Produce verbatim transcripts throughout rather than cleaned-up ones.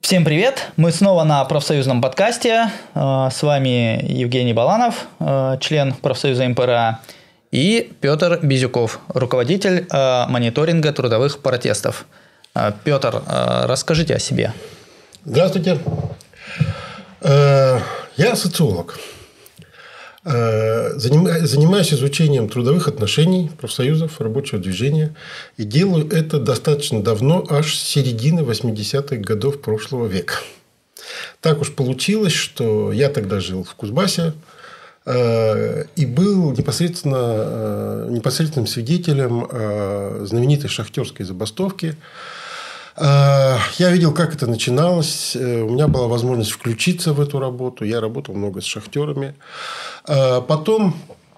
Всем привет! Мы снова на профсоюзном подкасте. С вами Евгений Баланов, член профсоюза эм пэ эр а, и Петр Безюков, руководитель мониторинга трудовых протестов. Петр, расскажите о себе. Здравствуйте. Я социолог. Занимаюсь изучением трудовых отношений, профсоюзов, рабочего движения. И делаю это достаточно давно, аж с середины восьмидесятых годов прошлого века. Так уж получилось, что я тогда жил в Кузбассе и был непосредственно, непосредственным свидетелем знаменитой шахтерской забастовки. Я видел, как это начиналось. У меня была возможность включиться в эту работу. Я работал много с шахтерами. Потом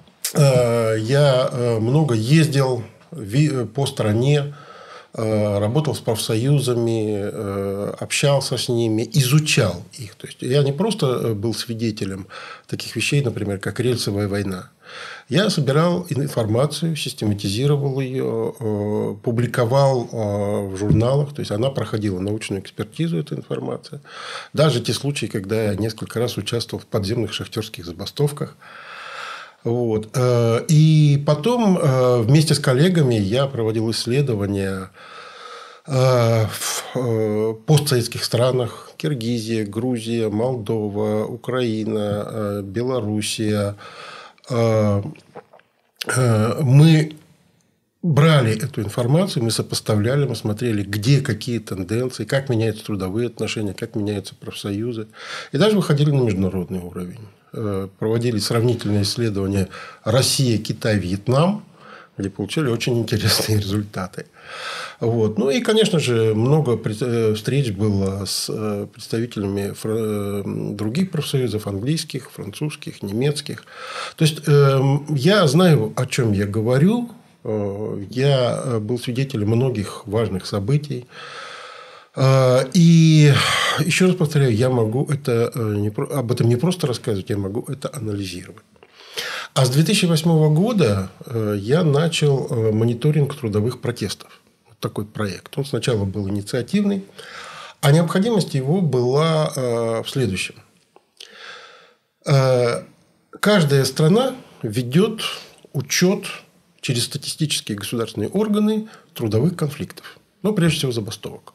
я много ездил по стране, работал с профсоюзами, общался с ними, изучал их. То есть, я не просто был свидетелем таких вещей, например, как рельсовая война. Я собирал информацию, систематизировал ее, публиковал в журналах. То есть, она проходила научную экспертизу, эта информация. Даже те случаи, когда я несколько раз участвовал в подземных шахтерских забастовках. Вот. И потом вместе с коллегами я проводил исследования в постсоветских странах: Киргизия, Грузия, Молдова, Украина, Белоруссия. Мы брали эту информацию, мы сопоставляли, мы смотрели, где какие тенденции, как меняются трудовые отношения, как меняются профсоюзы. И даже выходили на международный уровень. Проводили сравнительные исследования Россия, Китай, Вьетнам, где получили очень интересные результаты. Вот. Ну и, конечно же, много встреч было с представителями других профсоюзов: английских, французских, немецких. То есть, я знаю, о чем я говорю. Я был свидетелем многих важных событий. И еще раз повторяю, я могу это, об этом не просто рассказывать, я могу это анализировать. А с две тысячи восьмого года я начал мониторинг трудовых протестов. Вот такой проект. Он сначала был инициативный, а необходимость его была в следующем. Каждая страна ведет учет через статистические государственные органы трудовых конфликтов. Ну, прежде всего, забастовок.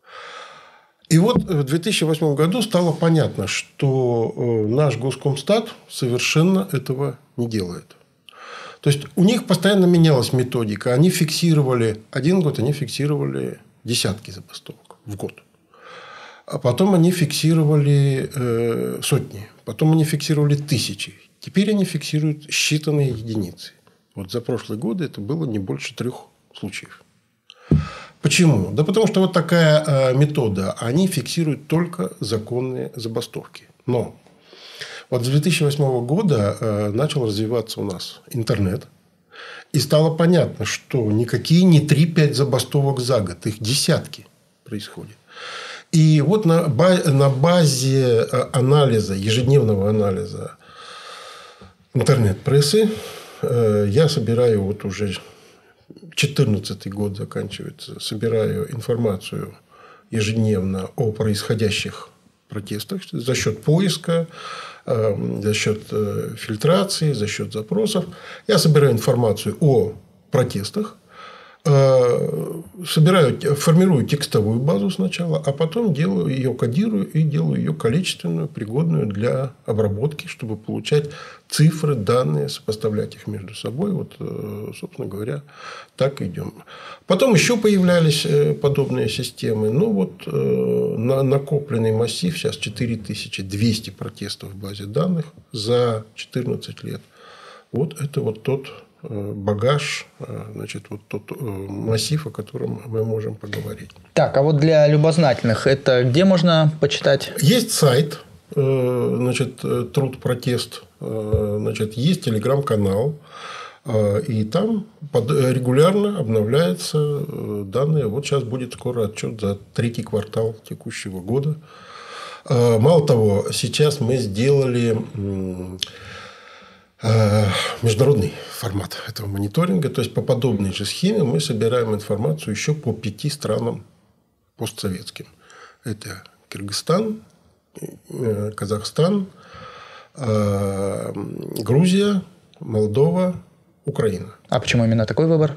И вот в две тысячи восьмом году стало понятно, что наш Госкомстат совершенно этого не делает. То есть, у них постоянно менялась методика. Они фиксировали один год, они фиксировали десятки забастовок в год. А потом они фиксировали э, сотни. Потом они фиксировали тысячи. Теперь они фиксируют считанные единицы. Вот за прошлые годы это было не больше трех случаев. Почему? Да потому что вот такая метода. Они фиксируют только законные забастовки. Но вот с две тысячи восьмого года начал развиваться у нас интернет. И стало понятно, что никакие не три-пять забастовок за год. Их десятки происходит. И вот на базе анализа, ежедневного анализа интернет-прессы я собираю вот уже... четырнадцатый год заканчивается. Собираю информацию ежедневно о происходящих протестах за счет поиска, за счет фильтрации, за счет запросов. Я собираю информацию о протестах, собираю, формирую текстовую базу сначала, а потом делаю ее, кодирую и делаю ее количественную, пригодную для обработки, чтобы получать цифры, данные, сопоставлять их между собой. Вот, собственно говоря, так идем. Потом еще появлялись подобные системы. Ну, вот на накопленный массив сейчас четыре тысячи двести протестов в базе данных за четырнадцать лет. Вот это вот тот багаж, значит, вот тот массив, о котором мы можем поговорить. Так, а вот для любознательных, это где можно почитать? Есть сайт, значит, Труд-протест, значит, есть телеграм-канал, и там регулярно обновляются данные. Вот сейчас будет скоро отчет за третий квартал текущего года. Мало того, сейчас мы сделали международный формат этого мониторинга. То есть, по подобной же схеме мы собираем информацию еще по пяти странам постсоветским. Это Кыргызстан, Казахстан, Грузия, Молдова, Украина. А почему именно такой выбор?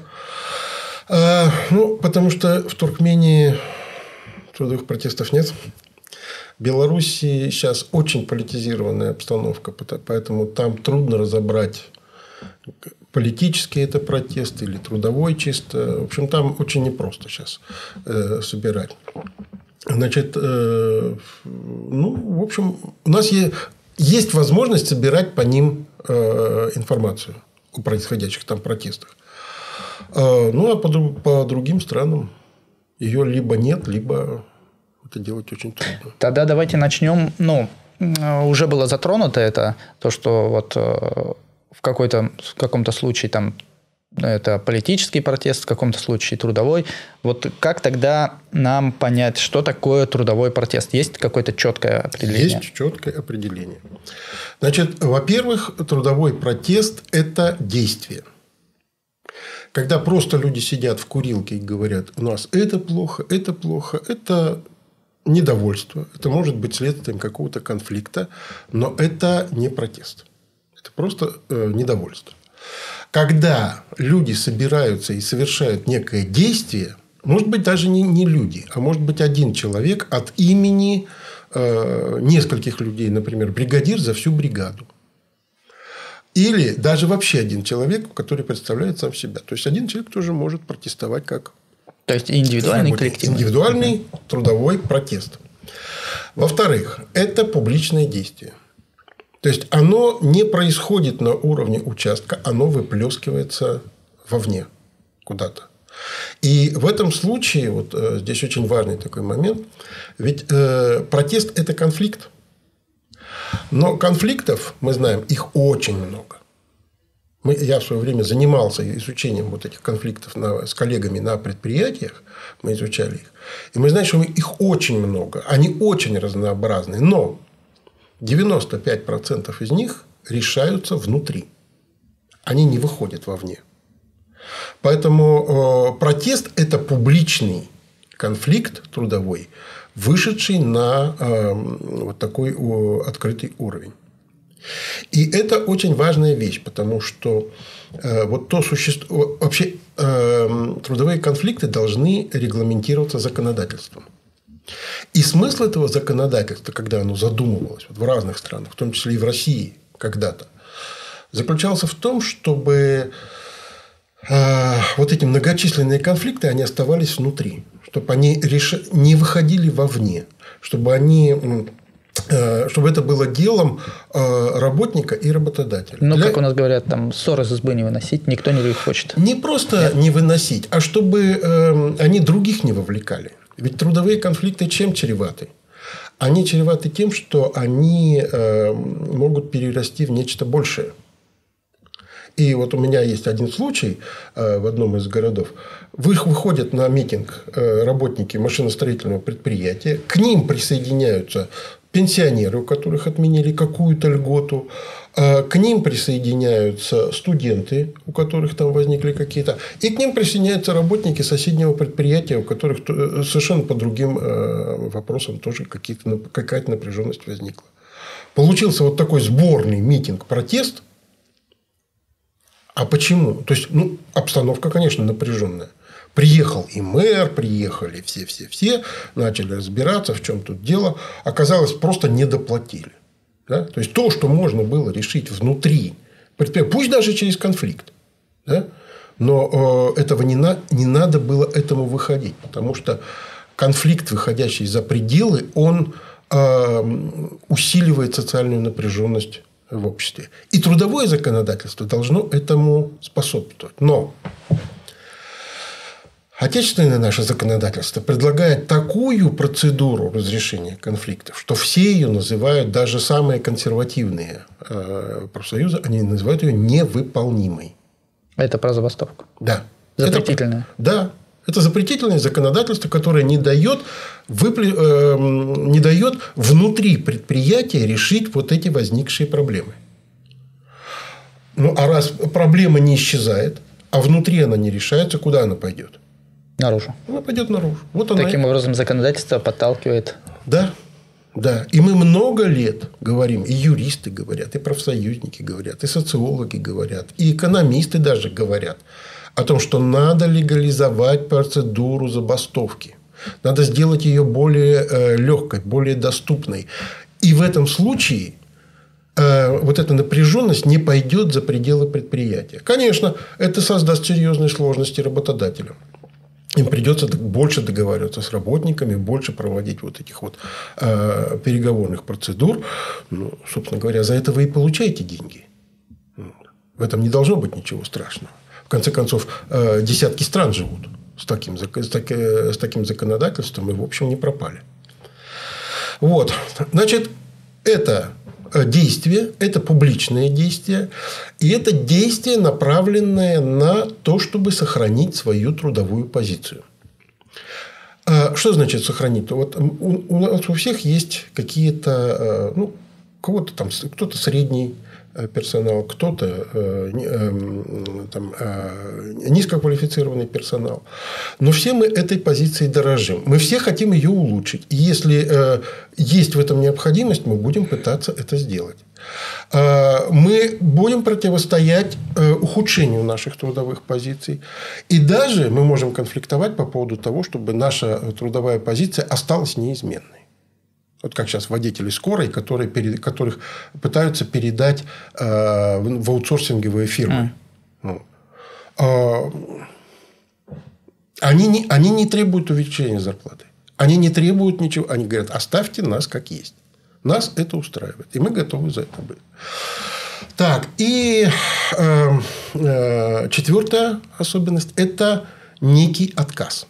А, ну, потому что в Туркмении трудовых протестов нет. В Беларуси сейчас очень политизированная обстановка, поэтому там трудно разобрать, политический это протест или трудовой чисто. В общем, там очень непросто сейчас э, собирать. Значит, э, ну, в общем, у нас есть, есть возможность собирать по ним э, информацию о происходящих там протестах. Э, ну, а по, по другим странам ее либо нет, либо это делать очень трудно. Тогда давайте начнем. Ну, уже было затронуто это, то, что вот в, какой-то, в каком-то случае там это политический протест, в каком-то случае трудовой. Вот как тогда нам понять, что такое трудовой протест? Есть какое-то четкое определение? Есть четкое определение. Значит, во-первых, трудовой протест – это действие. Когда просто люди сидят в курилке и говорят, у нас это плохо, это плохо, это недовольство. Это может быть следствием какого-то конфликта, но это не протест. Это просто э, недовольство. Когда люди собираются и совершают некое действие, может быть, даже не, не люди, а может быть, один человек от имени э, нескольких людей, например, бригадир за всю бригаду. Или даже вообще один человек, который представляет сам себя. То есть, один человек тоже может протестовать как... То есть, индивидуальный, коллективный. Индивидуальный uh-huh. трудовой протест. Во-вторых, это публичное действие. То есть, оно не происходит на уровне участка, оно выплескивается вовне куда-то. И в этом случае, вот здесь очень важный такой момент, ведь э, протест – это конфликт. Но конфликтов, мы знаем, их очень много. Мы, я в свое время занимался изучением вот этих конфликтов на, с коллегами на предприятиях. Мы изучали их. И мы знаем, что их очень много. Они очень разнообразны. Но девяносто пять процентов из них решаются внутри. Они не выходят вовне. Поэтому э, протест – это публичный конфликт трудовой, вышедший на э, вот такой э, открытый уровень. И это очень важная вещь, потому что э, вот то существо... Вообще э, трудовые конфликты должны регламентироваться законодательством. И смысл этого законодательства, когда оно задумывалось вот в разных странах, в том числе и в России когда-то, заключался в том, чтобы э, вот эти многочисленные конфликты, они оставались внутри, чтобы они реш... не выходили вовне, чтобы они... чтобы это было делом работника и работодателя. Ну, Для... как у нас говорят, там ссоры из избы не выносить, никто не хочет. Не просто Нет. не выносить, а чтобы э, они других не вовлекали. Ведь трудовые конфликты чем чреваты? Они чреваты тем, что они э, могут перерасти в нечто большее. И вот у меня есть один случай э, в одном из городов. Выходят на митинг э, работники машиностроительного предприятия, к ним присоединяются пенсионеры, у которых отменили какую-то льготу. К ним присоединяются студенты, у которых там возникли какие-то. И к ним присоединяются работники соседнего предприятия, у которых совершенно по другим вопросам тоже какие-то, какая-то напряженность возникла. Получился вот такой сборный митинг-протест. А почему? То есть, ну, обстановка, конечно, напряженная. Приехал и мэр, приехали все-все-все, начали разбираться, в чем тут дело. Оказалось, просто не доплатили. Да? То есть, то, что можно было решить внутри предприятия, пусть даже через конфликт, да? но э, этого не, на, не надо было этому выходить. Потому что конфликт, выходящий за пределы, он э, усиливает социальную напряженность в обществе. И трудовое законодательство должно этому способствовать. Но отечественное наше законодательство предлагает такую процедуру разрешения конфликтов, что все ее называют, даже самые консервативные профсоюзы, они называют ее невыполнимой. Это про забастовку? Да. Запретительное? Это, да. Это запретительное законодательство, которое не дает, выпле... э, не дает внутри предприятия решить вот эти возникшие проблемы. Ну, а раз проблема не исчезает, а внутри она не решается, куда она пойдет? Наружу. Она пойдет наружу. Вот Таким она... образом, законодательство подталкивает. Да. Да. И мы много лет говорим, и юристы говорят, и профсоюзники говорят, и социологи говорят, и экономисты даже говорят о том, что надо легализовать процедуру забастовки. Надо сделать ее более э, легкой, более доступной. И в этом случае э, вот эта напряженность не пойдет за пределы предприятия. Конечно, это создаст серьезные сложности работодателям. Им придется больше договариваться с работниками, больше проводить вот этих вот э, переговорных процедур. Ну, собственно говоря, за это вы и получаете деньги. В этом не должно быть ничего страшного. В конце концов, э, десятки стран живут с таким, с, таки, с таким законодательством и, в общем, не пропали. Вот. Значит, это действие, это публичное действие, и это действие, направленное на то, чтобы сохранить свою трудовую позицию. Что значит сохранить? Вот у нас у всех есть какие-то, ну, у кого-то там, кто-то средний персонал, кто-то там, низкоквалифицированный персонал. Но все мы этой позицией дорожим. Мы все хотим ее улучшить. И если есть в этом необходимость, мы будем пытаться это сделать. Мы будем противостоять ухудшению наших трудовых позиций. И даже мы можем конфликтовать по поводу того, чтобы наша трудовая позиция осталась неизменной. Вот как сейчас водители скорой, которые, которых пытаются передать э, в аутсорсинговые фирмы. Mm. Э, они, не, они не требуют увеличения зарплаты. Они не требуют ничего. Они говорят, оставьте нас как есть. Нас это устраивает. И мы готовы за это быть. Так. И э, э, четвертая особенность – это некий отказ.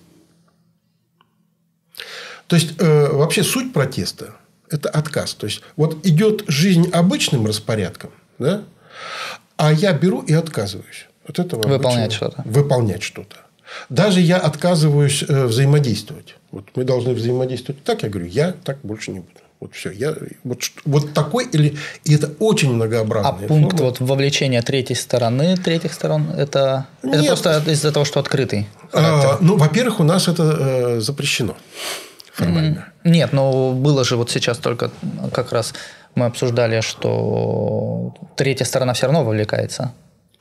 То есть, э, вообще суть протеста – это отказ. То есть, вот идет жизнь обычным распорядком, да? А я беру и отказываюсь от этого. Выполнять что-то. Выполнять что-то. Даже я отказываюсь э, взаимодействовать. Вот мы должны взаимодействовать так, я говорю, я так больше не буду. Вот все. Я, вот, вот такой или... И это очень многообразно. А пункт вот, вовлечения третьей стороны, третьих сторон, это, это просто из-за того, что открытый характер? А, ну, во-первых, у нас это э, запрещено. Формально. Нет, но было же вот сейчас только как раз мы обсуждали, что третья сторона все равно вовлекается.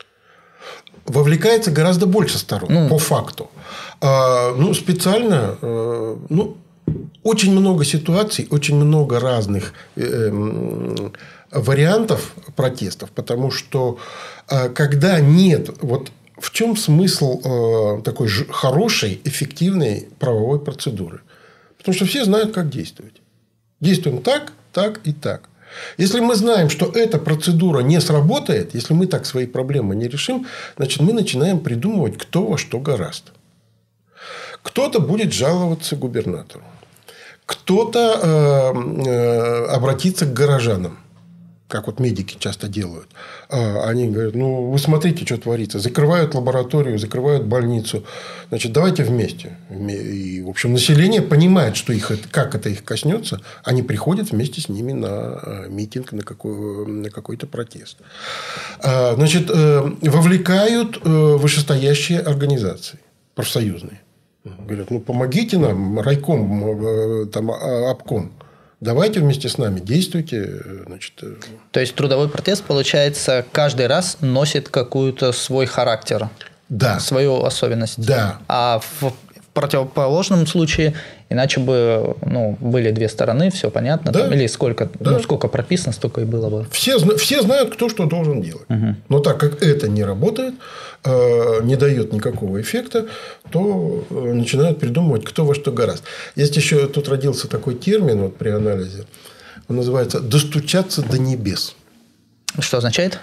Вовлекается гораздо больше сторон, ну, по факту. А, ну, специально, а, ну, очень много ситуаций, очень много разных э, э, вариантов протестов, потому что э, когда нет... Вот в чем смысл э, такой же хорошей, эффективной правовой процедуры? Потому что все знают, как действовать. Действуем так, так и так. Если мы знаем, что эта процедура не сработает, если мы так свои проблемы не решим, значит, мы начинаем придумывать, кто во что горазд. Кто-то будет жаловаться губернатору. Кто-то э, э, обратится к горожанам. Как вот медики часто делают. Они говорят, ну, вы смотрите, что творится. Закрывают лабораторию, закрывают больницу. Значит, давайте вместе. И, в общем, население понимает, что их, как это их коснется. Они приходят вместе с ними на митинг, на, какой, на какой-то протест. Значит, вовлекают вышестоящие организации профсоюзные. Говорят, ну, помогите нам, райком, там, обком. Давайте вместе с нами действуйте. Значит... То есть, трудовой протест, получается, каждый раз носит какую-то свой характер. Да. Свою особенность. Да. А в, в противоположном случае, иначе бы ну, были две стороны, все понятно. Да. Там, или сколько, да. ну, сколько прописано, столько и было бы. Все, все знают, кто что должен делать. Угу. Но так как это не работает, не дает никакого эффекта, то начинают придумывать, кто во что горазд. Есть еще тут родился такой термин вот, при анализе. Он называется «достучаться до небес». Что означает?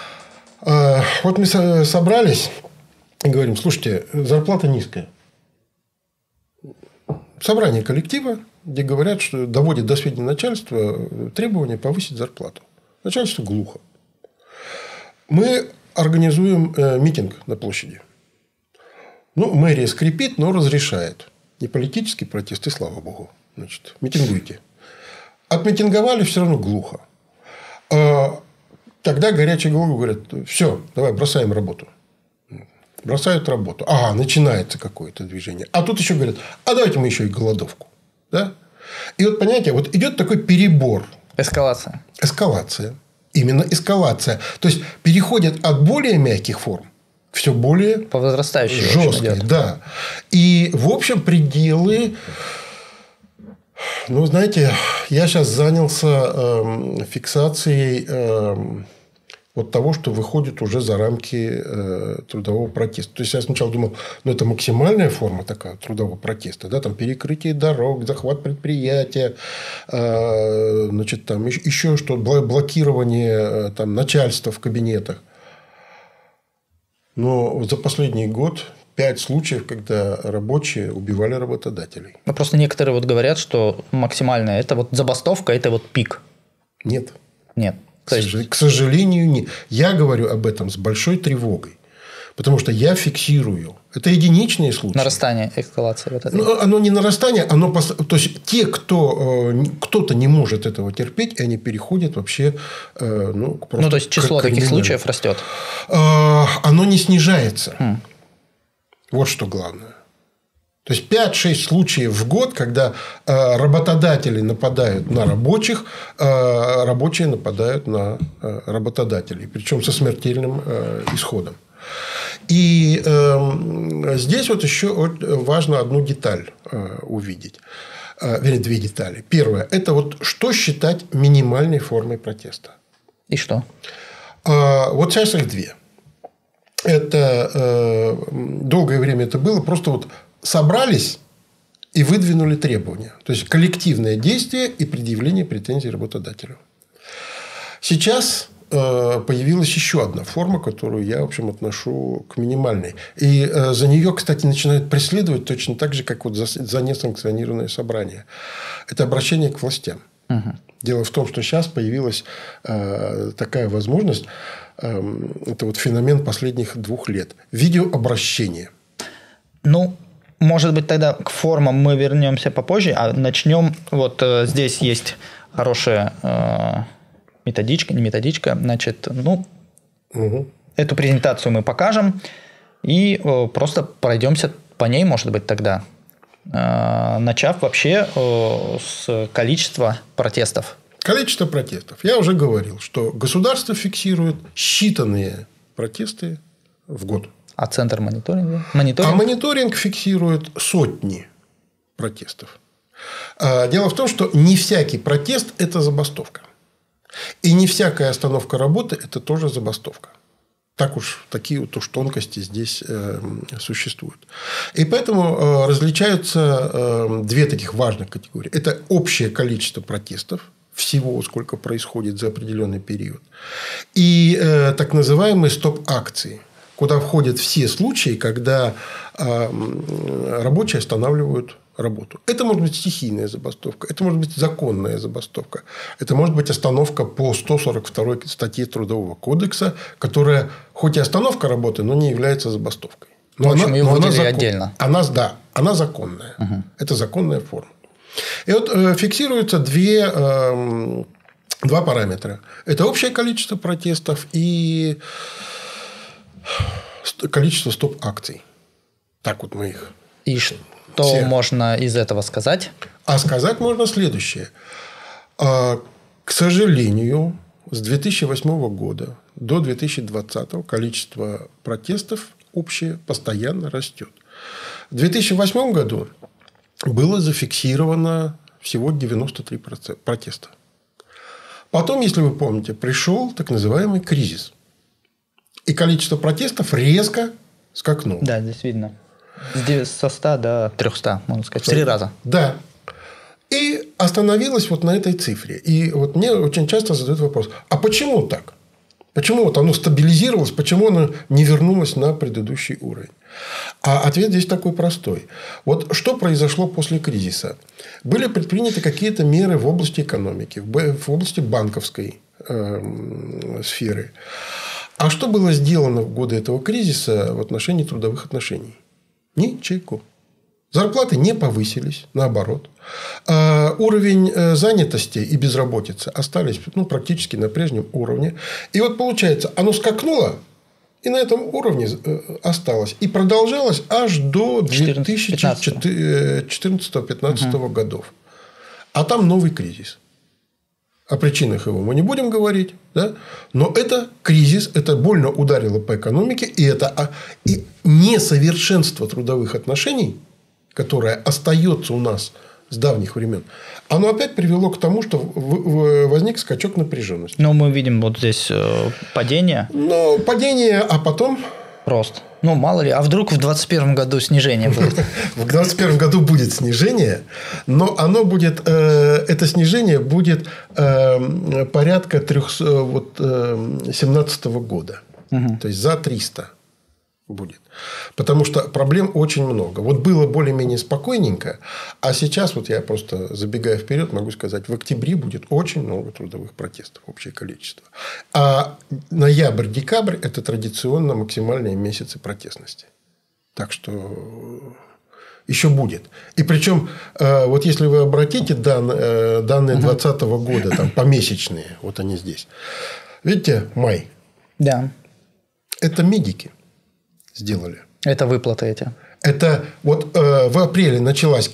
Вот мы собрались и говорим, слушайте, зарплата низкая. Собрание коллектива, где говорят, что доводит до сведения начальства требование повысить зарплату. Начальство глухо. Мы организуем э, митинг на площади. Ну, мэрия скрипит, но разрешает. Не политический протест, и слава богу. Значит, митингуйте. Отмитинговали, все равно глухо. А, тогда горячие головы говорят, все, давай бросаем работу. Бросают работу. Ага, начинается какое-то движение. А тут еще говорят, а давайте мы еще и голодовку. Да? И вот, понимаете, вот идет такой перебор. Эскалация. Эскалация. Именно эскалация. То есть, переходят от более мягких форм к все более по возрастающей жесткой. Да. И, в общем, пределы... Ну, знаете, я сейчас занялся э, фиксацией э, вот того, что выходит уже за рамки э, трудового протеста. То есть, я сначала думал, ну, это максимальная форма такая трудового протеста. Да? Там перекрытие дорог, захват предприятия, э, значит, там еще что, блокирование там, начальства в кабинетах. Но за последний год... Пять случаев, когда рабочие убивали работодателей. Ну, просто некоторые вот говорят, что максимальная это вот забастовка, это вот пик. Нет. Нет. К, есть... сож... К сожалению, нет. Я говорю об этом с большой тревогой. Потому что я фиксирую. Это единичные случаи. Нарастание эскалации. Вот этой. Но оно не нарастание, оно... То есть, те, кто... Кто-то не может этого терпеть, и они переходят вообще... Ну, ну то есть, число таких случаев растет. Оно не снижается. Хм. Вот что главное. То есть, пять-шесть случаев в год, когда э, работодатели нападают на рабочих, э, рабочие нападают на э, работодателей. Причем со смертельным э, исходом. И э, здесь вот еще важно одну деталь э, увидеть. Э, вернее, две детали. Первое. Это вот что считать минимальной формой протеста. И что? Э, вот сейчас их две. Это э, долгое время это было, просто вот собрались и выдвинули требования. То есть, коллективное действие и предъявление претензий работодателю. Сейчас э, появилась еще одна форма, которую я, в общем, отношу к минимальной. И э, за нее, кстати, начинают преследовать точно так же, как вот за, за несанкционированное собрание. Это обращение к властям. Угу. Дело в том, что сейчас появилась э, такая возможность. Это вот феномен последних двух лет. Видеообращение. Ну, может быть, тогда к формам мы вернемся попозже, а начнем. Вот э, здесь есть хорошая э, методичка, не методичка. Значит, ну, угу. Эту презентацию мы покажем и э, просто пройдемся по ней, может быть, тогда. Э, начав вообще э, с количества протестов. Количество протестов. Я уже говорил, что государство фиксирует считанные протесты в год. А центр мониторинга? Мониторинг? А мониторинг фиксирует сотни протестов. Дело в том, что не всякий протест – это забастовка. И не всякая остановка работы – это тоже забастовка. Так уж, такие вот уж тонкости здесь э, существуют. И поэтому э, различаются э, две таких важных категории. Это общее количество протестов. Всего, сколько происходит за определенный период. И э, так называемые стоп-акции, куда входят все случаи, когда э, рабочие останавливают работу. Это может быть стихийная забастовка, это может быть законная забастовка, это может быть остановка по сто сорок второй статье Трудового кодекса, которая хоть и остановка работы, но не является забастовкой. Но в общем, она, ее но она закон... закон... отдельно. Она, да, она законная. Угу. Это законная форма. И вот э, фиксируются две, э, два параметра. Это общее количество протестов и количество стоп-акций. Так вот мы их... И что все. Можно из этого сказать? А сказать можно следующее. К сожалению, с две тысячи восьмого года до две тысячи двадцатого количество протестов общее постоянно растет. В две тысячи восьмом году было зафиксировано всего девяносто три протеста. Потом, если вы помните, пришел так называемый кризис. И количество протестов резко скакнуло. Да, здесь видно. Со ста до трехсот, можно сказать. В три раза. Да. И остановилось вот на этой цифре. И вот мне очень часто задают вопрос. А почему так? Почему вот оно стабилизировалось? Почему оно не вернулось на предыдущий уровень? А ответ здесь такой простой. Вот что произошло после кризиса? Были предприняты какие-то меры в области экономики, в области банковской э, сферы. А что было сделано в годы этого кризиса в отношении трудовых отношений? Ничего. Зарплаты не повысились, наоборот. А уровень занятости и безработицы остались ну, практически на прежнем уровне. И вот получается, оно скакнуло и на этом уровне осталось. И продолжалось аж до две тысячи четырнадцатого-пятнадцатого угу. годов. А там новый кризис. О причинах его мы не будем говорить. Да? Но это кризис, это больно ударило по экономике. И это и несовершенство трудовых отношений, которое остается у нас с давних времен, оно опять привело к тому, что возник скачок напряженности. Но мы видим вот здесь падение. Ну, падение, а потом... Рост. Ну, мало ли. А вдруг в двадцать первом году снижение будет? В двадцать первом году будет снижение, но оно будет... Это снижение будет порядка семнадцатого года. То есть, за триста будет. Потому что проблем очень много. Вот было более-менее спокойненько, а сейчас, вот я просто забегая вперед, могу сказать, в октябре будет очень много трудовых протестов, общее количество. А ноябрь-декабрь – это традиционно максимальные месяцы протестности. Так что еще будет. И причем, вот если вы обратите данные, данные двадцатого года, там, помесячные, вот они здесь. Видите, май. Да. Это медики сделали. Это выплаты эти. Это вот э, в апреле началась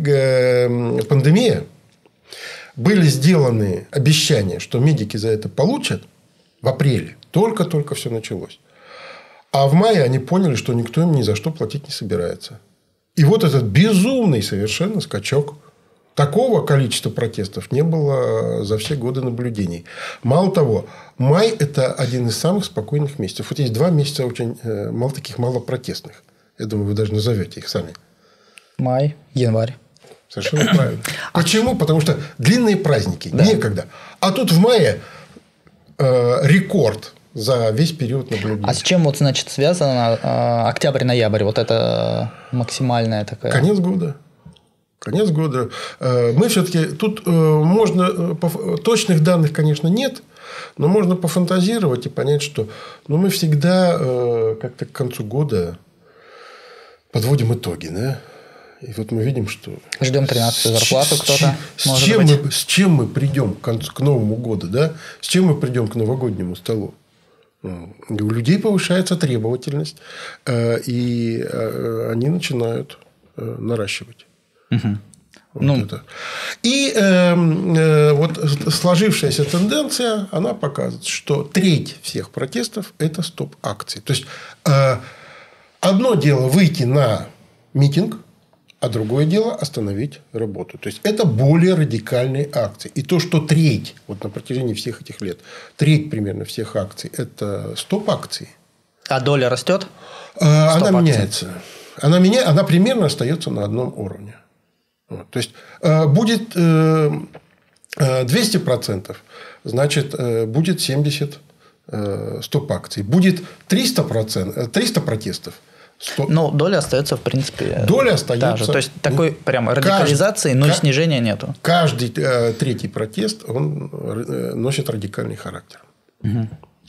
э, пандемия. Были сделаны обещания, что медики за это получат в апреле. Только-только все началось. А в мае они поняли, что никто им ни за что платить не собирается. И вот этот безумный совершенно скачок. Такого количества протестов не было за все годы наблюдений. Мало того, май – это один из самых спокойных месяцев. Вот есть два месяца очень мало таких малопротестных. Я думаю, вы даже назовете их сами. Май, январь. Совершенно правильно. Почему? Потому что длинные праздники. Да. Некогда. А тут в мае э, рекорд за весь период наблюдения. А с чем вот, значит, связано э, октябрь-ноябрь? Вот это максимальная такая... Конец года. Конец года. Мы все-таки... Тут можно... Точных данных, конечно, нет. Но можно пофантазировать и понять, что ну, мы всегда как-то к концу года подводим итоги. Да? И вот мы видим, что... Ждем тринадцатую зарплату с, кто-то. С, с, чем мы, с чем мы придем к, концу, к Новому году? Да? С чем мы придем к новогоднему столу? У людей повышается требовательность. И они начинают наращивать. Угу. Вот ну. это. И э, э, вот сложившаяся тенденция, она показывает, что треть всех протестов – это стоп-акции. То есть, э, одно дело выйти на митинг, а другое дело остановить работу. То есть, это более радикальные акции. И то, что треть, вот на протяжении всех этих лет, треть примерно всех акций – это стоп-акции. А доля растет? Э, она меняется. Она, меня, она примерно остается на одном уровне. Вот. То есть, э, будет э, двести процентов, значит, э, будет семьдесят э, стоп-акций. Будет триста процентов, триста протестов. сто... Но доля остается, в принципе, доля остается. Та же. То есть, такой прям радикализации, каждый, но и снижения нету. Каждый э, третий протест, он э, носит радикальный характер. Угу.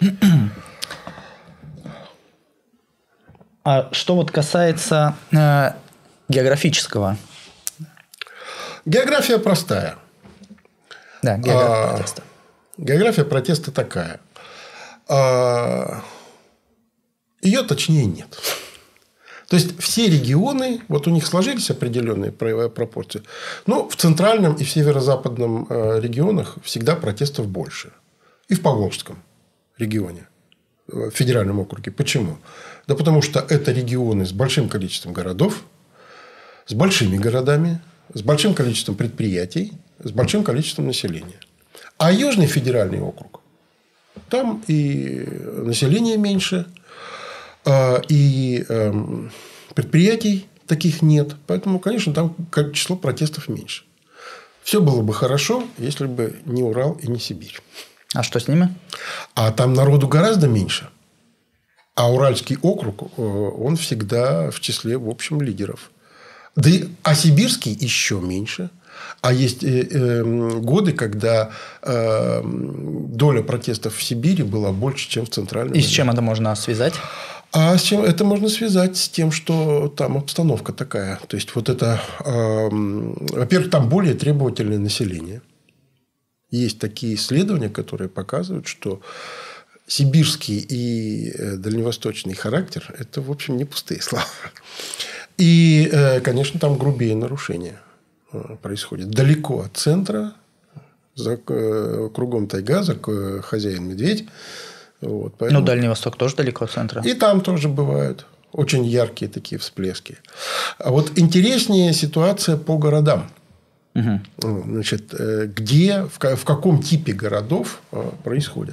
А что вот касается э, географического? География простая. Да, география а, протеста. География протеста такая. А, ее точнее нет. То есть, все регионы, вот у них сложились определенные пропорции. Но в центральном и в северо-западном регионах всегда протестов больше. И в Поволжском регионе, в федеральном округе. Почему? Да потому что это регионы с большим количеством городов, с большими городами, с большим количеством предприятий, с большим количеством населения. А Южный федеральный округ, там и население меньше, и предприятий таких нет. Поэтому, конечно, там число протестов меньше. Все было бы хорошо, если бы не Урал и не Сибирь. А что с ними? А там народу гораздо меньше. А Уральский округ, он всегда в числе, в общем, лидеров. Да и, а сибирский еще меньше. А есть э, э, годы, когда э, доля протестов в Сибири была больше, чем в центральном. И с чем это можно связать? А с чем это можно связать? С тем, что там обстановка такая. То есть, вот это... Э, во-первых, там более требовательное население. Есть такие исследования, которые показывают, что сибирский и дальневосточный характер – это, в общем, не пустые слова. И, конечно, там грубее нарушения. происходит далеко от центра, за, кругом тайга, за хозяин медведь. Вот, поэтому... Ну, Дальний Восток тоже далеко от центра. И там тоже бывают очень яркие такие всплески. А вот интереснее ситуация по городам. Угу. Значит, где, в, в каком типе городов происходит.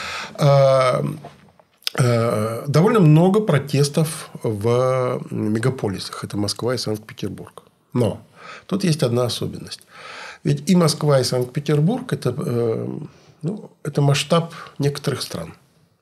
Довольно много протестов в мегаполисах. Это Москва и Санкт-Петербург. Но тут есть одна особенность. Ведь и Москва, и Санкт-Петербург – это, ну, это масштаб некоторых стран.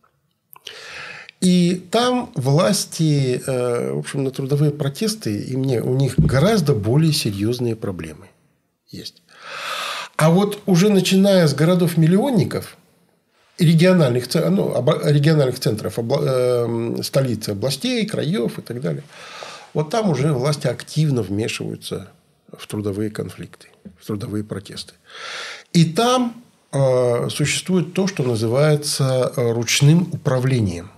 И там власти, в общем, на трудовые протесты, и мне, у них гораздо более серьезные проблемы есть. А вот уже начиная с городов-миллионников, региональных, ну, региональных центров, столиц областей, краев и так далее, вот там уже власти активно вмешиваются в трудовые конфликты, в трудовые протесты. И там э, существует то, что называется ручным управлением.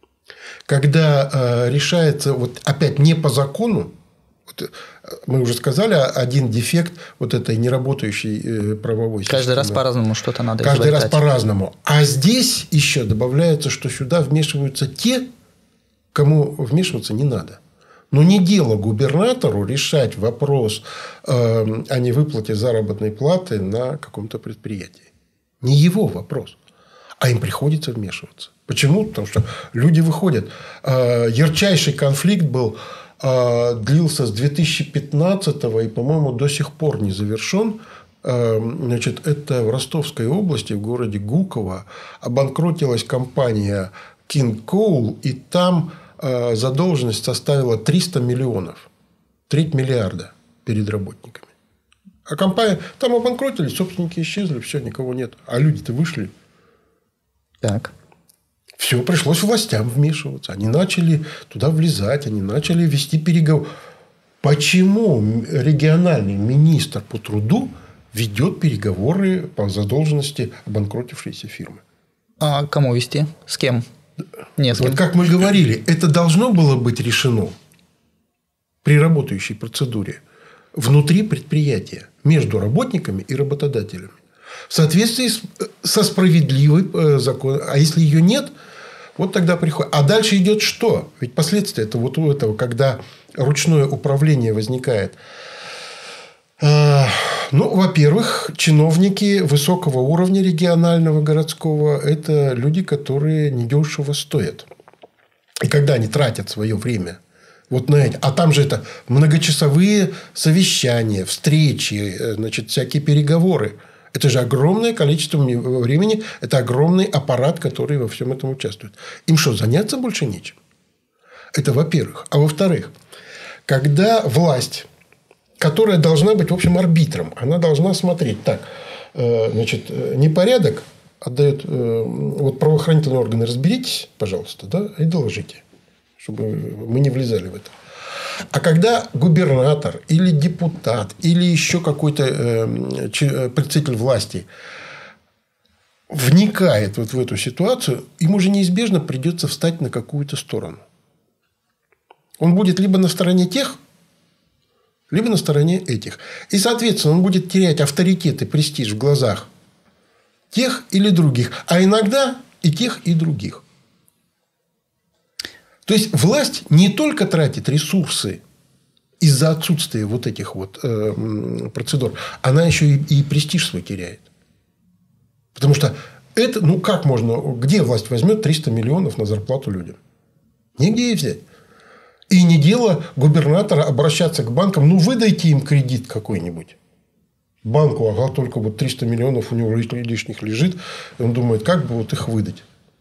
Когда э, решается, вот опять не по закону, вот, мы уже сказали, один дефект вот этой неработающей э, правовой системы. Каждый раз по-разному что-то надо Каждый изобретать. раз по-разному. А здесь еще добавляется, что сюда вмешиваются те, кому вмешиваться не надо. Но не дело губернатору решать вопрос э, о невыплате заработной платы на каком-то предприятии. Не его вопрос. А им приходится вмешиваться. Почему? Потому что люди выходят. Э, ярчайший конфликт был, э, длился с две тысячи пятнадцатого и, по-моему, до сих пор не завершен. Э, значит, это в Ростовской области, в городе Гуково, обанкротилась компания King Coal, и там задолженность составила триста миллионов. Треть миллиарда перед работниками. А компания... Там обанкротились, собственники исчезли, все, никого нет. А люди-то вышли. Так. Все, пришлось властям вмешиваться. Они начали туда влезать, они начали вести переговоры. Почему региональный министр по труду ведет переговоры по задолженности обанкротившейся фирмы? А кому вести? С кем? Не с кем. Вот как мы говорили, это должно было быть решено при работающей процедуре внутри предприятия, между работниками и работодателями. В соответствии с, со справедливой законом. А если ее нет, вот тогда приходит. А дальше идет что? Ведь последствия это вот у этого, когда ручное управление возникает. Ну, во-первых, чиновники высокого уровня регионального, городского – это люди, которые недешево стоят. И когда они тратят свое время вот на эти... А там же это многочасовые совещания, встречи, значит, всякие переговоры. Это же огромное количество времени. Это огромный аппарат, который во всем этом участвует. Им что, заняться больше нечем? Это во-первых. А во-вторых, когда власть... которая должна быть, в общем, арбитром. Она должна смотреть. Так, значит, непорядок отдает... Вот правоохранительные органы, разберитесь, пожалуйста, да, и доложите. Чтобы мы не влезали в это. А когда губернатор или депутат или еще какой-то представитель власти вникает вот в эту ситуацию, ему же неизбежно придется встать на какую-то сторону. Он будет либо на стороне тех, либо на стороне этих. И, соответственно, он будет терять авторитет и престиж в глазах тех или других. А иногда и тех, и других. То есть, власть не только тратит ресурсы из-за отсутствия вот этих вот э, процедур. Она еще и, и престиж свой теряет. Потому что это, ну как можно, где власть возьмет триста миллионов на зарплату людям? Нигде их взять. И не дело губернатора обращаться к банкам. Ну, выдайте им кредит какой-нибудь. Банку, ага, только вот триста миллионов у него лишних лежит. И он думает, как бы вот их выдать.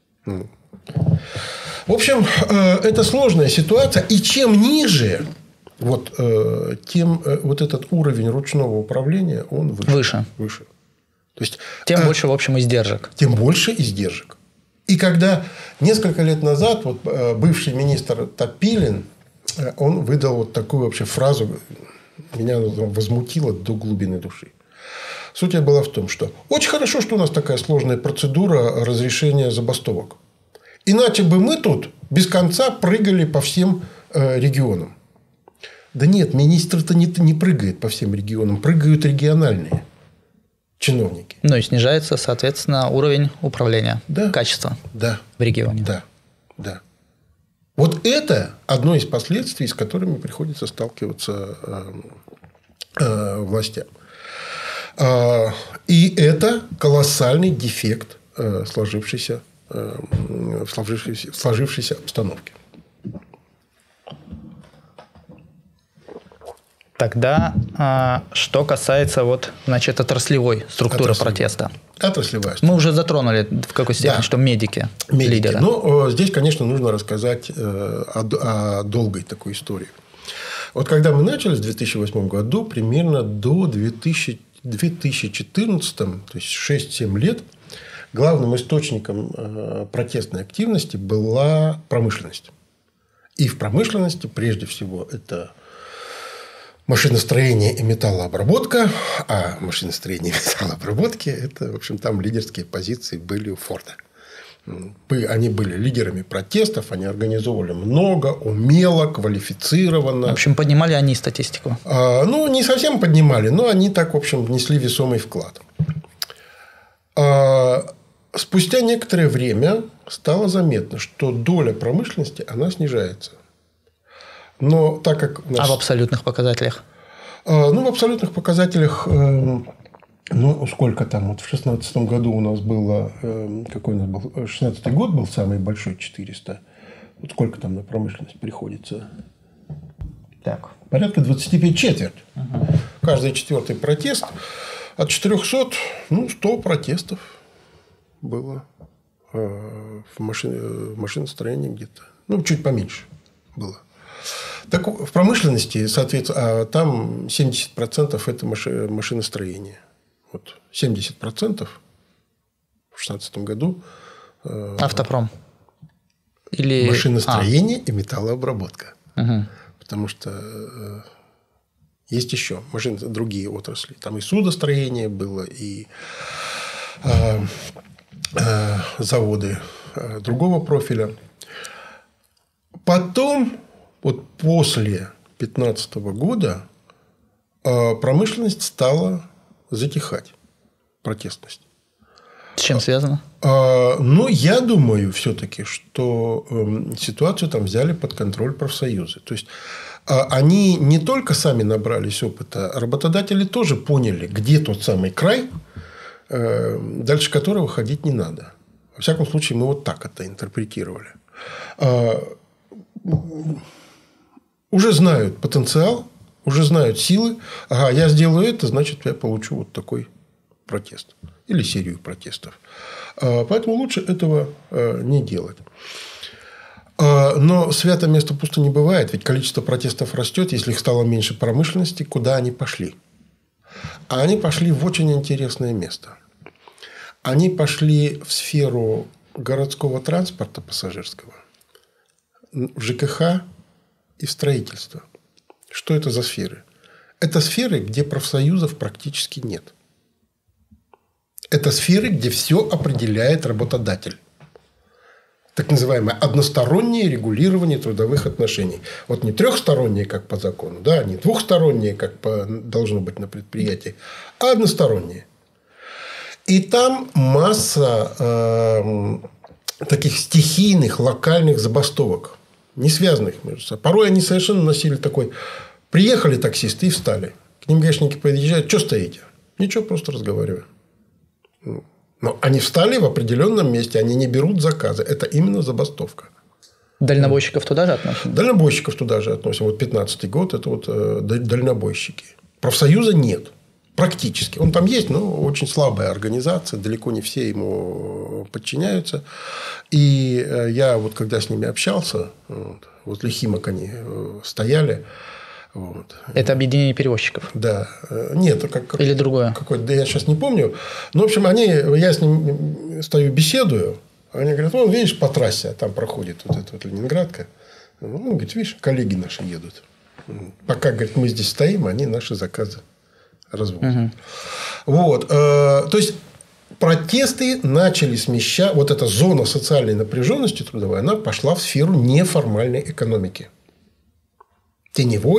В общем, это сложная ситуация. И чем ниже, вот, тем вот этот уровень ручного управления, он выше. Выше. выше. То есть, тем а, больше, в общем, издержек. Тем больше издержек. И когда несколько лет назад вот, бывший министр Топилин, он выдал вот такую вообще фразу, меня возмутило до глубины души. Суть была в том, что очень хорошо, что у нас такая сложная процедура разрешения забастовок. Иначе бы мы тут без конца прыгали по всем регионам. Да нет, министр-то не, не прыгает по всем регионам, прыгают региональные чиновники. Ну и снижается, соответственно, уровень управления, да. качества да. в регионе. Да, да. Вот это одно из последствий, с которыми приходится сталкиваться э, э, властям. Э, и это колоссальный дефект э, сложившейся, э, сложившейся, сложившейся обстановки. Тогда, а, что касается вот, значит, отраслевой структуры Отраслевой. протеста. Отраслевая. Мы уже затронули в какой степени, Да. что медики, медики. лидеры. Но здесь, конечно, нужно рассказать о, о долгой такой истории. Вот когда мы начали в две тысячи восьмом году, примерно до две тысячи четырнадцатого, то есть шесть-семь лет, главным источником протестной активности была промышленность. И в промышленности, прежде всего, это машиностроение и металлообработка. А машиностроение и металлообработки – это, в общем, там лидерские позиции были у Форда. Они были лидерами протестов, они организовывали много, умело, квалифицированно. В общем, поднимали они статистику. А, ну, не совсем поднимали, но они так, в общем, внесли весомый вклад. А, спустя некоторое время стало заметно, что доля промышленности, она снижается. Но так как... Нас... А в абсолютных показателях? А, ну, в абсолютных показателях... Э, ну, сколько там? Вот в шестнадцатом году у нас было... Э, какой у нас был? шестнадцатый год был самый большой, четыреста. Вот сколько там на промышленность приходится? Так. Порядка двадцать пять, четверть. Угу. Каждый четвертый протест. От четырехсот, ну, сто протестов было э, в, машин... в машиностроении где-то. Ну, чуть поменьше было. Так в промышленности, соответственно, а там семьдесят процентов это машиностроение. Вот семьдесят процентов в шестнадцатом году. Автопром. Или... Машиностроение а. и металлообработка. Угу. Потому что есть еще машины, другие отрасли. Там и судостроение было, и э, э, заводы э, другого профиля. Потом... Вот после две тысячи пятнадцатого года промышленность стала затихать, протестность. С чем связано? Ну, я думаю, все-таки, что ситуацию там взяли под контроль профсоюзы. То есть, они не только сами набрались опыта, работодатели тоже поняли, где тот самый край, дальше которого ходить не надо. Во всяком случае, мы вот так это интерпретировали. Уже знают потенциал, уже знают силы. Ага, я сделаю это, значит, я получу вот такой протест. Или серию протестов. Поэтому лучше этого не делать. Но святое место пусто не бывает. Ведь количество протестов растет. Если их стало меньше промышленности, куда они пошли? А они пошли в очень интересное место. Они пошли в сферу городского транспорта пассажирского, в ЖКХ и в строительство. Что это за сферы? Это сферы, где профсоюзов практически нет. Это сферы, где все определяет работодатель. Так называемое одностороннее регулирование трудовых отношений. Вот не трехстороннее, как по закону, да, не двухстороннее, как по, должно быть на предприятии, а одностороннее. И там масса э, таких стихийных, локальных забастовок, не связанных между собой. Порой они совершенно носили такой... Приехали таксисты и встали. К ним гаишники подъезжают. Что стоите? Ничего, просто разговариваю. Но они встали в определенном месте. Они не берут заказы. Это именно забастовка. Дальнобойщиков туда же относим? Дальнобойщиков туда же относим. Вот пятнадцатый год. Это вот э, дальнобойщики. Профсоюза нет. Практически. Он там есть, но очень слабая организация. Далеко не все ему подчиняются. И я вот когда с ними общался, вот, возле Химок они стояли. Вот. Это объединение перевозчиков? Да. Нет, как, или другое? Какое-то, да я сейчас не помню. Но, в общем, они, я с ним стою, беседую. Они говорят, вон, видишь, по трассе, там проходит вот эта вот Ленинградка. Ну, говорит, видишь, коллеги наши едут. Пока, говорит, мы здесь стоим, они наши заказы разводят. Угу. Вот. То есть, протесты начали смещать... Вот эта зона социальной напряженности трудовой, она пошла в сферу неформальной экономики. Теневой,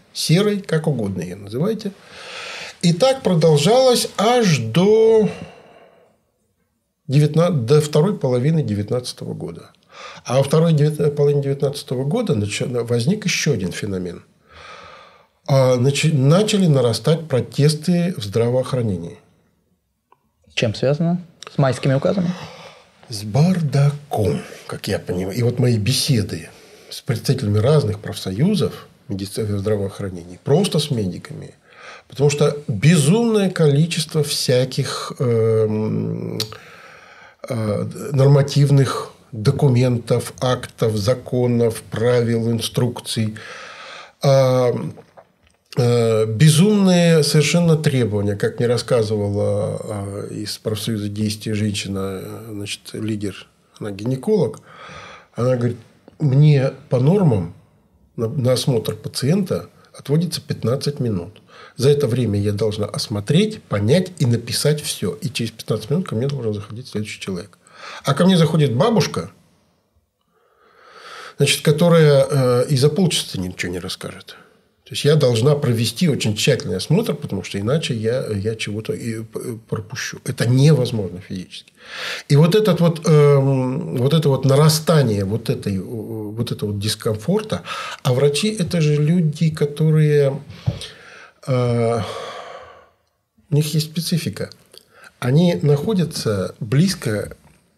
серой, как угодно ее называйте. И так продолжалось аж до, девятнадцатого, до второй половины девятнадцатого года. А во второй половине девятнадцатого года возник еще один феномен. Начали нарастать протесты в здравоохранении. С чем связано? С майскими указами? С бардаком, как я понимаю. И вот мои беседы с представителями разных профсоюзов медицины здравоохранения, просто с медиками. Потому что безумное количество всяких э, э, нормативных документов, актов, законов, правил, инструкций. Э, э, безумные совершенно требования. Как мне рассказывала э, из профсоюза действия женщина, значит, лидер, она гинеколог, она говорит, мне по нормам на, на осмотр пациента отводится пятнадцать минут. За это время я должна осмотреть, понять и написать все. И через пятнадцать минут ко мне должен заходить следующий человек. А ко мне заходит бабушка, значит, которая э, и за полчаса ничего не расскажет. То есть я должна провести очень тщательный осмотр, потому что иначе я, я чего-то и пропущу. Это невозможно физически. И вот, этот вот, э, вот это вот нарастание вот, этой, вот этого вот дискомфорта, а врачи – это же люди, которые… Э, у них есть специфика. Они находятся близко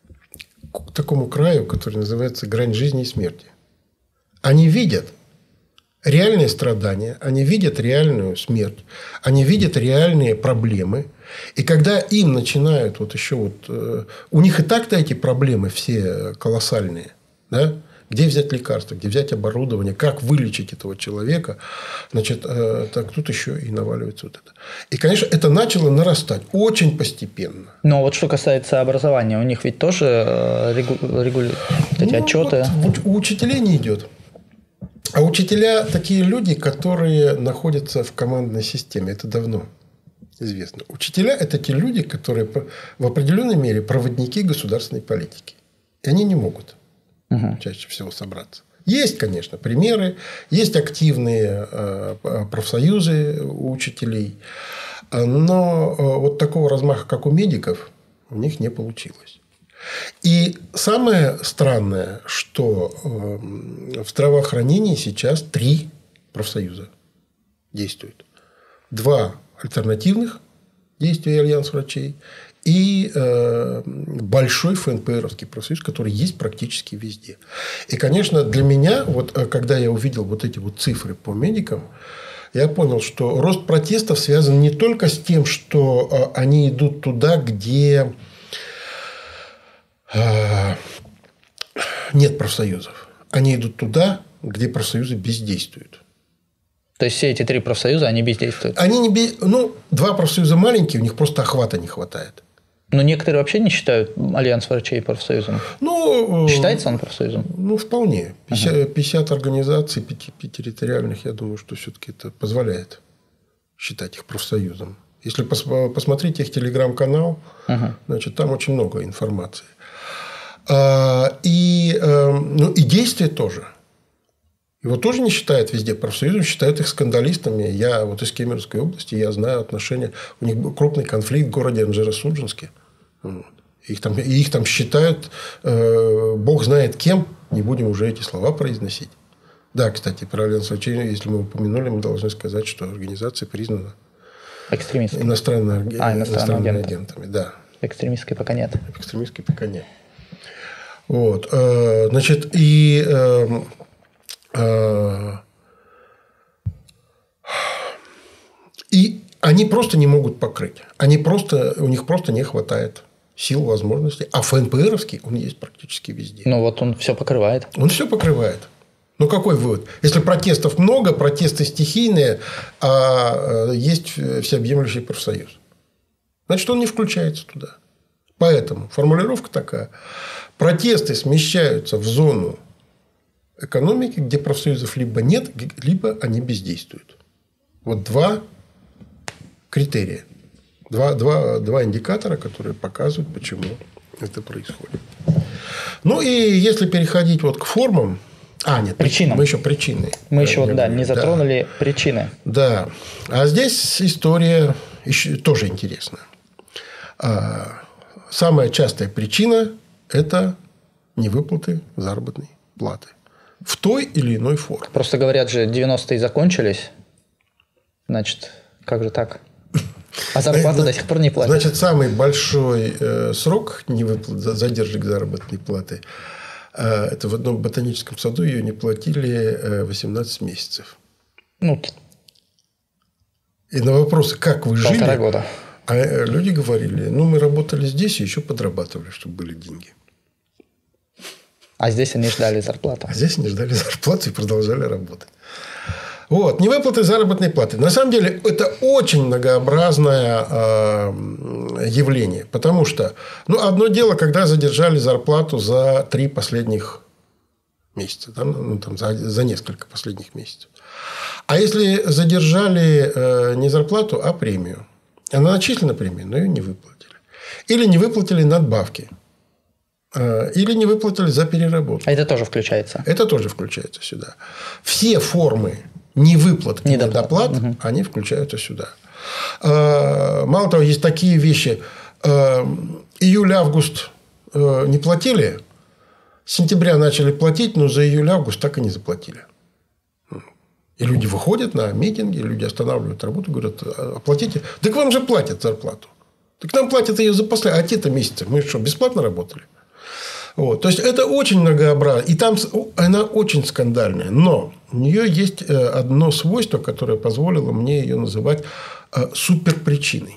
к такому краю, который называется грань жизни и смерти. Они видят реальные страдания, они видят реальную смерть, они видят реальные проблемы. И когда им начинают вот еще вот… Э, у них и так-то эти проблемы все колоссальные. Да? Где взять лекарства, где взять оборудование, как вылечить этого человека. Значит, э, так тут еще и наваливается вот это. И, конечно, это начало нарастать очень постепенно. Но вот что касается образования, у них ведь тоже регу... регулируют эти ну, отчеты. Вот у учителей не идет. А учителя такие люди, которые находятся в командной системе. Это давно известно. Учителя – это те люди, которые в определенной мере проводники государственной политики. И они не могут угу. чаще всего собраться. Есть, конечно, примеры. Есть активные профсоюзы у учителей. Но вот такого размаха, как у медиков, у них не получилось. И самое странное, что в здравоохранении сейчас три профсоюза действуют. Два альтернативных действия Альянс врачей и большой ФНПРовский профсоюз, который есть практически везде. И, конечно, для меня, вот, когда я увидел вот эти вот цифры по медикам, я понял, что рост протестов связан не только с тем, что они идут туда, где… нет профсоюзов. Они идут туда, где профсоюзы бездействуют. То есть, все эти три профсоюза, они бездействуют? Они не без... Ну, два профсоюза маленькие, у них просто охвата не хватает. Но некоторые вообще не считают Альянс врачей профсоюзом? Ну, считается он профсоюзом? Ну, вполне. пятьдесят, ага. пятьдесят организаций территориальных, я думаю, что все-таки это позволяет считать их профсоюзом. Если посмотреть их телеграм-канал, ага. значит, там очень много информации. И, ну, и действия тоже. Его тоже не считают везде профсоюзом, считают их скандалистами. Я вот из Кемеровской области, я знаю отношения. У них был крупный конфликт в городе Анжеро-Судженске. Вот. Их там, их там считают, э, бог знает кем. Не будем уже эти слова произносить. Да, кстати, про Альянс врачей, если мы упомянули, мы должны сказать, что организация признана иностранными, а, иностранными агентами. Да. Экстремистской пока нет. Экстремистской пока нет. Вот. Значит, и, и они просто не могут покрыть. Они просто, у них просто не хватает сил, возможностей. А ФНПРовский, он есть практически везде. Ну, вот он все покрывает. Он все покрывает. Ну, какой вывод? Если протестов много, протесты стихийные, а есть всеобъемлющий профсоюз, значит, он не включается туда. Поэтому формулировка такая. Протесты смещаются в зону экономики, где профсоюзов либо нет, либо они бездействуют. Вот два критерия. Два, два, два индикатора, которые показывают, почему это происходит. Ну, и если переходить вот к формам А, нет, причинам. Мы еще причины. Мы еще вот, да, не затронули да. причины. Да. А здесь история еще тоже интересная. Самая частая причина – это невыплаты заработной платы. В той или иной форме. Просто говорят же, девяностые закончились. Значит, как же так? А зарплату до сих пор не платят. Значит, самый большой э, срок невыплат, задержек заработной платы, э, это в одном ботаническом саду ее не платили э, восемнадцать месяцев. Ну, и на вопросы, как вы жили, полтора года. А люди говорили, ну, мы работали здесь и еще подрабатывали, чтобы были деньги. А здесь они ждали зарплату. А здесь они ждали зарплату и продолжали работать. Вот. Невыплаты заработной платы. На самом деле, это очень многообразное э, явление. Потому что, ну, одно дело, когда задержали зарплату за три последних месяца. Там, ну, там, за, за несколько последних месяцев. А если задержали э, не зарплату, а премию. Она начислена премия, но ее не выплатили. Или не выплатили надбавки. Или не выплатили за переработку. А это тоже включается? Это тоже включается сюда. Все формы невыплат и недоплат, угу. они включаются сюда. Мало того, есть такие вещи. Июль-август не платили. С сентября начали платить, но за июль-август так и не заплатили. И люди выходят на митинги, люди останавливают работу, говорят, оплатите. Так вам же платят зарплату. Так нам платят ее за последние. А те-то месяцы. Мы что, бесплатно работали? Вот. То есть, это очень многообразно. И там она очень скандальная. Но у нее есть одно свойство, которое позволило мне ее называть суперпричиной.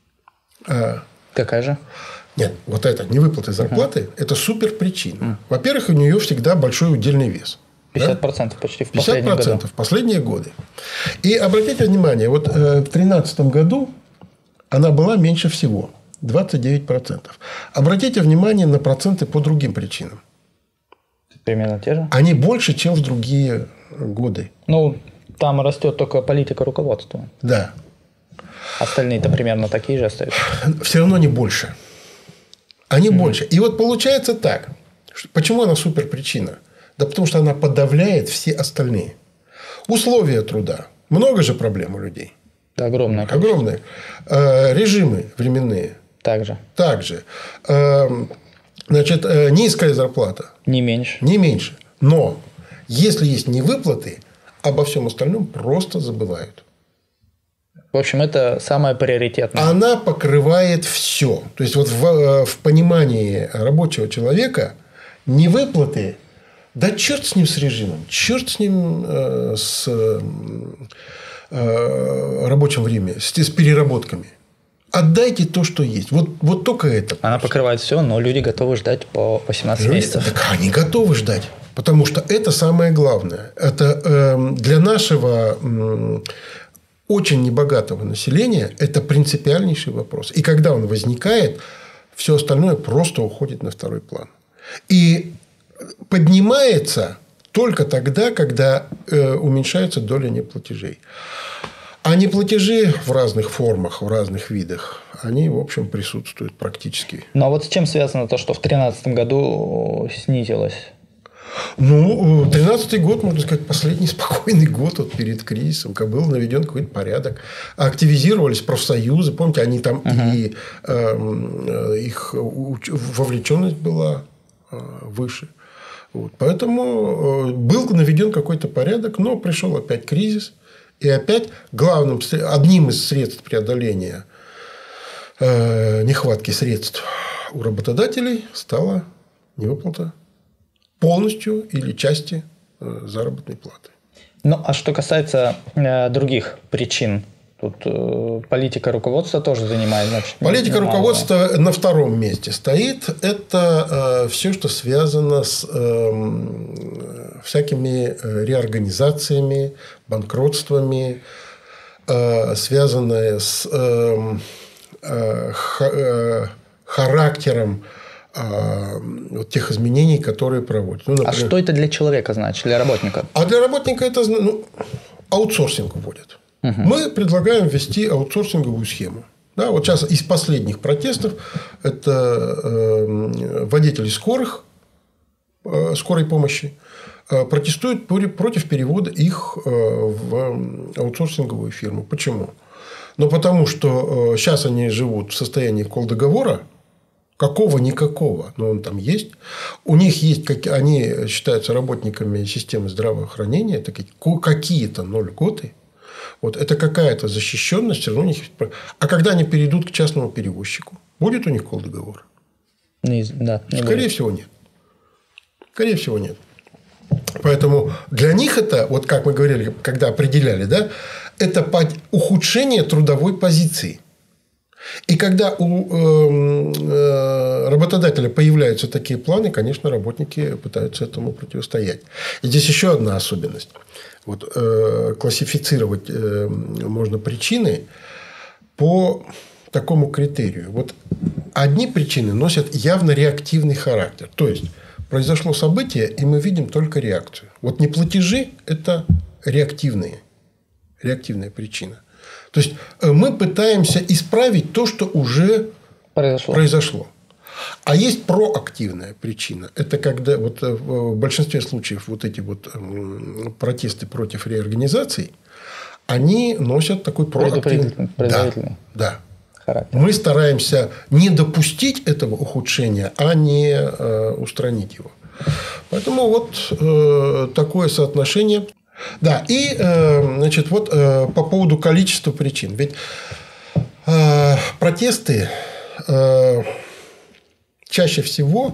Какая же? Нет, вот это невыплаты зарплаты uh-huh. это суперпричина. Uh-huh. Во-первых, у нее всегда большой удельный вес. пятьдесят процентов да? почти в последние годы. пятьдесят процентов в последние годы. И обратите внимание, вот э, в две тысячи тринадцатом году она была меньше всего. двадцать девять процентов. Обратите внимание на проценты по другим причинам. Примерно те же? Они больше, чем в другие годы. Ну, там растет только политика руководства. Да. Остальные-то примерно такие же остаются. Все равно не больше. Они mm-hmm. больше. И вот получается так. Почему она суперпричина? Да потому что она подавляет все остальные. Условия труда. Много же проблем у людей. Да, огромное. Огромные. Э, режимы временные. Также. Также. Э, значит, э, низкая зарплата. Не меньше. Не меньше. Но если есть невыплаты, обо всем остальном просто забывают. В общем, это самое приоритетное. Она покрывает все. То есть, вот в, в понимании рабочего человека невыплаты, да черт с ним с режимом, черт с ним э, с э, рабочим временем, с, с переработками. Отдайте то, что есть. Вот, вот только это. Она покрывает все, но люди готовы ждать по восемнадцать месяцев. Так они готовы ждать. Потому что это самое главное. Это э, для нашего э, очень небогатого населения это принципиальнейший вопрос. И когда он возникает, все остальное просто уходит на второй план. И поднимается только тогда, когда э, уменьшается доля неплатежей. А неплатежи в разных формах, в разных видах, они, в общем, присутствуют практически. Ну, а вот с чем связано то, что в две тысячи тринадцатом году снизилось? Ну, тринадцатый год, можно сказать, последний спокойный год вот перед кризисом, когда был наведен какой-то порядок. Активизировались профсоюзы, помните, они там uh-huh. и э, их вовлеченность была э, выше. Вот. Поэтому был наведен какой-то порядок, но пришел опять кризис. И опять главным, одним из средств преодоления э, нехватки средств у работодателей стала невыплата полностью или части э, заработной платы. Ну, а что касается э, других причин, тут э, политика руководства тоже занимает, значит, политика немало. Руководства на втором месте стоит. Это э, все, что связано с э, всякими реорганизациями, банкротствами, э, связанное с э, э, х, характером вот тех изменений, которые проводят. Ну, например, а что это для человека значит, для работника? А для работника это ну, аутсорсинг вводят. Угу. Мы предлагаем ввести аутсорсинговую схему. Да, вот сейчас из последних протестов это э, водители скорых, э, скорой помощи, протестуют против перевода их в аутсорсинговую фирму. Почему? Ну, потому что сейчас они живут в состоянии колл-договора, какого-никакого, но он там есть. У них есть, они считаются работниками системы здравоохранения, это какие-то но льготы. Вот, это какая-то защищенность, все равно у них есть. А когда они перейдут к частному перевозчику, будет у них колл-договор? Не, да, не Скорее будет. всего, нет. Скорее всего, нет. Поэтому для них это, вот как мы говорили, когда определяли, да, это ухудшение трудовой позиции. И когда у э, работодателя появляются такие планы, конечно, работники пытаются этому противостоять. И здесь еще одна особенность. Вот, э, классифицировать э, можно причины по такому критерию. Вот одни причины носят явно реактивный характер. То есть, произошло событие, и мы видим только реакцию. Вот неплатежи – это реактивные, реактивная причина. То есть, мы пытаемся исправить то, что уже произошло. произошло. А есть проактивная причина. Это когда вот в большинстве случаев вот эти вот протесты против реорганизаций, они носят такой проактивный да, да. характер. Мы стараемся не допустить этого ухудшения, а не э, устранить его. Поэтому вот э, такое соотношение. Да, и э, значит, вот э, по поводу количества причин. Ведь э, протесты э, чаще всего,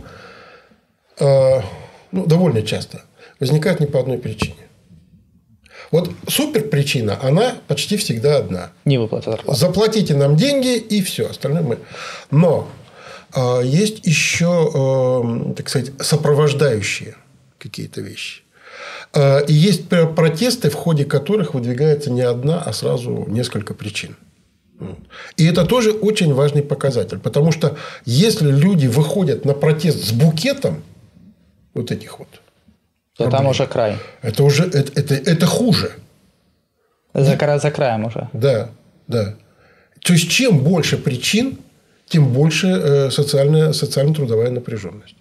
э, ну, довольно часто, возникают не по одной причине. Вот суперпричина, она почти всегда одна. Не выплата зарплаты. Заплатите нам деньги, и все. Остальное мы. Но э, есть еще, э, так сказать, сопровождающие какие-то вещи. Э, и есть протесты, в ходе которых выдвигается не одна, а сразу несколько причин. И это тоже очень важный показатель. Потому что если люди выходят на протест с букетом вот этих вот, то проблем, там уже край. Это уже это, это, это хуже. За, кра... за краем уже. Да, да. То есть, чем больше причин, тем больше социальная, социально-трудовая напряженность.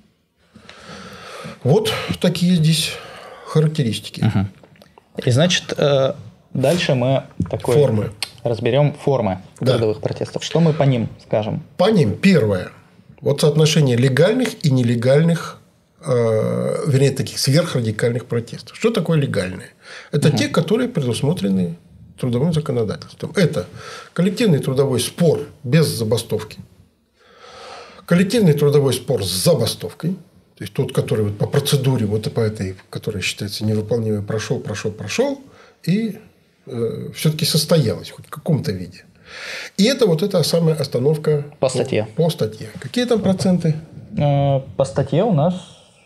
Вот такие здесь характеристики. Угу. И значит, дальше мы такой формы. разберем формы да. трудовых протестов. Что мы по ним скажем? По ним первое. Вот соотношение легальных и нелегальных, э, вернее, таких сверхрадикальных протестов. Что такое легальные? Это угу. те, которые предусмотрены трудовым законодательством. Это коллективный трудовой спор без забастовки. Коллективный трудовой спор с забастовкой. То есть, тот, который вот по процедуре, вот по этой, которая считается невыполнимой, прошел, прошел, прошел. И э, все-таки состоялось хоть в каком-то виде. И это вот эта самая остановка по статье. По, по статье. Какие там проценты? По статье у нас...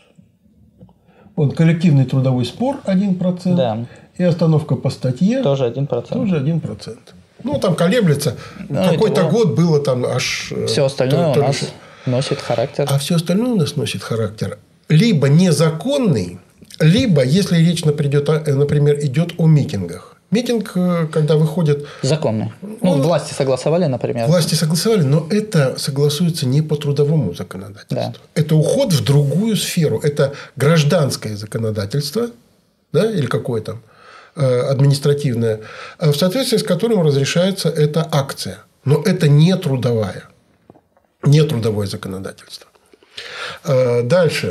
Вот коллективный трудовой спор один процент. Да. И остановка по статье. Тоже один процент. Тоже один процент. Ну, там колеблется. Ну, какой-то того... год было там аж... Все остальное то, у нас то... носит характер. А все остальное у нас носит характер либо незаконный, либо, если речь, например, идет о митингах. Митинг, когда выходят... Законный. Ну, он... власти согласовали, например. Власти согласовали, но это согласуется не по трудовому законодательству. Да. Это уход в другую сферу. Это гражданское законодательство, да, или какое-то административное, в соответствии с которым разрешается эта акция. Но это не трудовая. Не трудовое законодательство. Дальше.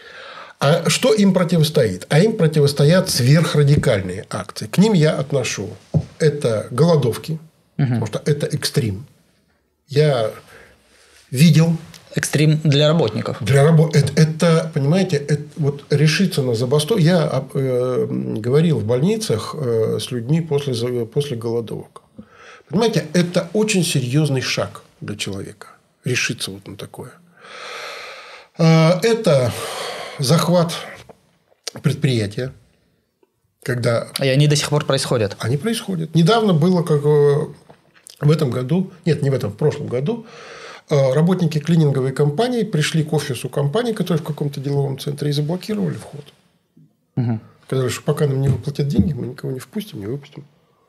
А что им противостоит? А им противостоят сверхрадикальные акции. К ним я отношу это голодовки, угу. потому что это экстрим. Я видел... Экстрим для работников. Для рабо... это, это, понимаете, это, вот решиться на забастовку. Я э, говорил в больницах э, с людьми после, после голодовок. Понимаете, это очень серьезный шаг для человека. Решиться вот на такое. Э, это... захват предприятия, когда... И они до сих пор происходят. Они происходят. Недавно было, как в этом году, нет, не в этом, в прошлом году, работники клининговой компании пришли к офису компании, которая в каком-то деловом центре, и заблокировали вход. Угу. Сказали, что пока нам не выплатят деньги, мы никого не впустим, не выпустим.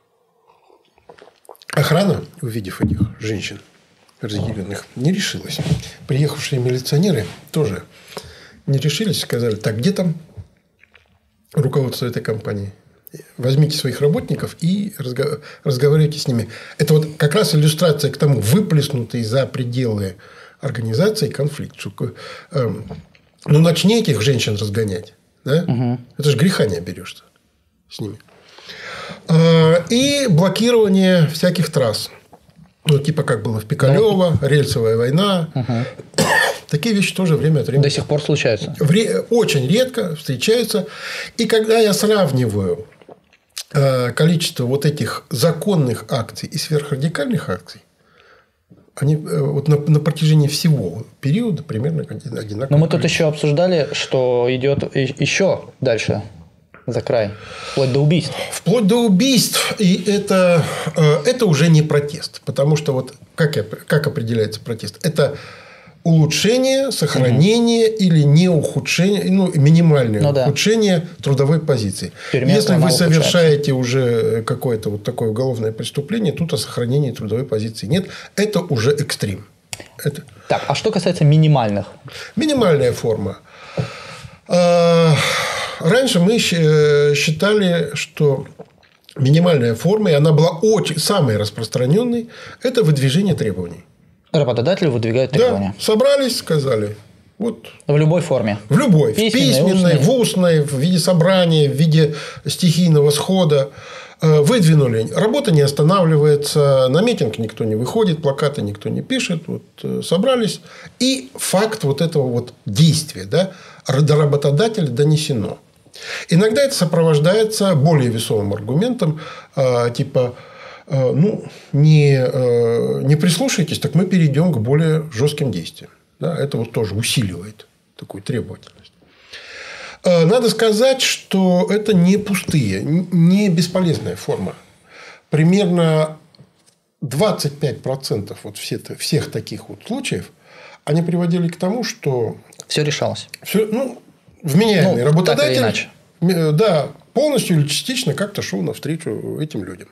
Охрана, увидев этих женщин разъяренных, не решилась. Приехавшие милиционеры тоже... не решились, сказали, так, где там руководство этой компании. Возьмите своих работников и разго- разговаривайте с ними. Это вот как раз иллюстрация к тому, выплеснутый за пределы организации конфликт. Что, э, ну, начни этих женщин разгонять. Да? Угу. Это же греха не оберешься с ними. Э, и блокирование всяких трасс. Ну, типа как было в Пикалево, рельсовая война. Угу. Такие вещи тоже время от времени. До сих пор случаются. Очень редко встречаются. И когда я сравниваю количество вот этих законных акций и сверхрадикальных акций, они вот на, на протяжении всего периода примерно одинаковые. Но мы тут еще обсуждали, что идет еще дальше за край, вплоть до убийств. Вплоть до убийств. И это, это уже не протест. Потому что вот как, я, как определяется протест? Это улучшение, сохранение угу. или не ухудшение, ну, минимальное ну, ухудшение да. трудовой позиции. Перемер Если вы совершаете уже какое-то вот такое уголовное преступление, тут о сохранении трудовой позиции нет. Это уже экстрим. Это... Так, а что касается минимальных? Минимальная форма. Раньше мы считали, что минимальная форма, и она была очень, самой распространенной, это выдвижение требований. Работодатели выдвигают требования. Да, собрались, сказали. Вот. В любой форме. В любой. Письменной, в письменной, в устной, в виде собрания, в виде стихийного схода. Выдвинули. Работа не останавливается. На митинг никто не выходит. Плакаты никто не пишет. Вот, собрались. И факт вот этого вот действия, да, до работодателя донесено. Иногда это сопровождается более весомым аргументом. Типа... Ну, не, не прислушайтесь, так мы перейдем к более жестким действиям. Да, это вот тоже усиливает такую требовательность. Надо сказать, что это не пустые, не бесполезная форма. Примерно двадцать пять процентов вот все, всех таких вот случаев они приводили к тому, что... Все решалось. Все, ну, вменяемый ну, работодатель да, полностью или частично как-то шел навстречу этим людям.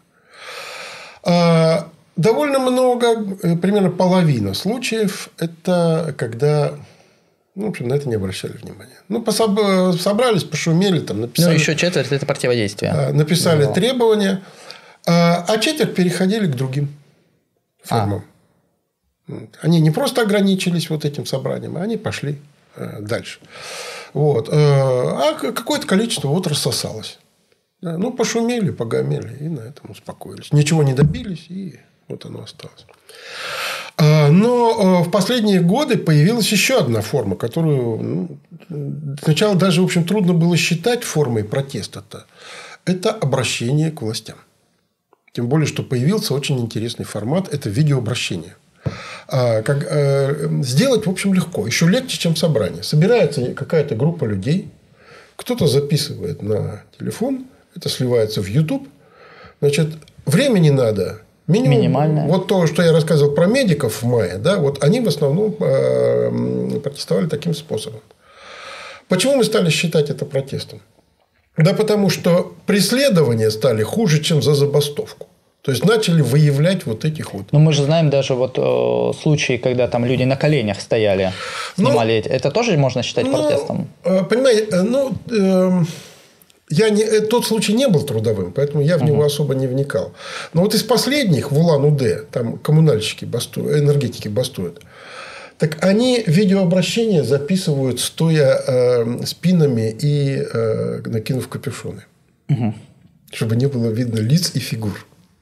Довольно много, примерно половина случаев, это когда, ну, в общем, на это не обращали внимания. Ну, пособ... собрались, пошумели, там, написали... Ну, еще четверть – это противодействие. Написали Но... требования, а четверть переходили к другим формам. А. Они не просто ограничились вот этим собранием, а они пошли дальше. Вот. А какое-то количество вот рассосалось. Да, ну, пошумели, погомели, и на этом успокоились. Ничего не добились, и вот оно осталось. Но в последние годы появилась еще одна форма, которую ну, сначала даже, в общем, трудно было считать формой протеста-то. Это обращение к властям. Тем более, что появился очень интересный формат – это видеообращение. Как, сделать, в общем, легко. Еще легче, чем собрание. Собирается какая-то группа людей, кто-то записывает на телефон, это сливается в YouTube. Значит, времени надо минимум. Минимальное. Вот то, что я рассказывал про медиков в мае, да, вот они в основном протестовали таким способом. Почему мы стали считать это протестом? Да потому что преследования стали хуже, чем за забастовку. То есть начали выявлять вот этих вот. Но мы же знаем даже вот э, случаи, когда там люди на коленях стояли, снимали эти. Ну, это тоже можно считать ну, протестом? Э, понимаете, ну э, я не, тот случай не был трудовым, поэтому я в него uh-huh. особо не вникал. Но вот из последних в Улан-Удэ, там коммунальщики бастуют, энергетики бастуют. Так они видеообращения записывают, стоя э, спинами и э, накинув капюшоны. Uh-huh. Чтобы не было видно лиц и фигур.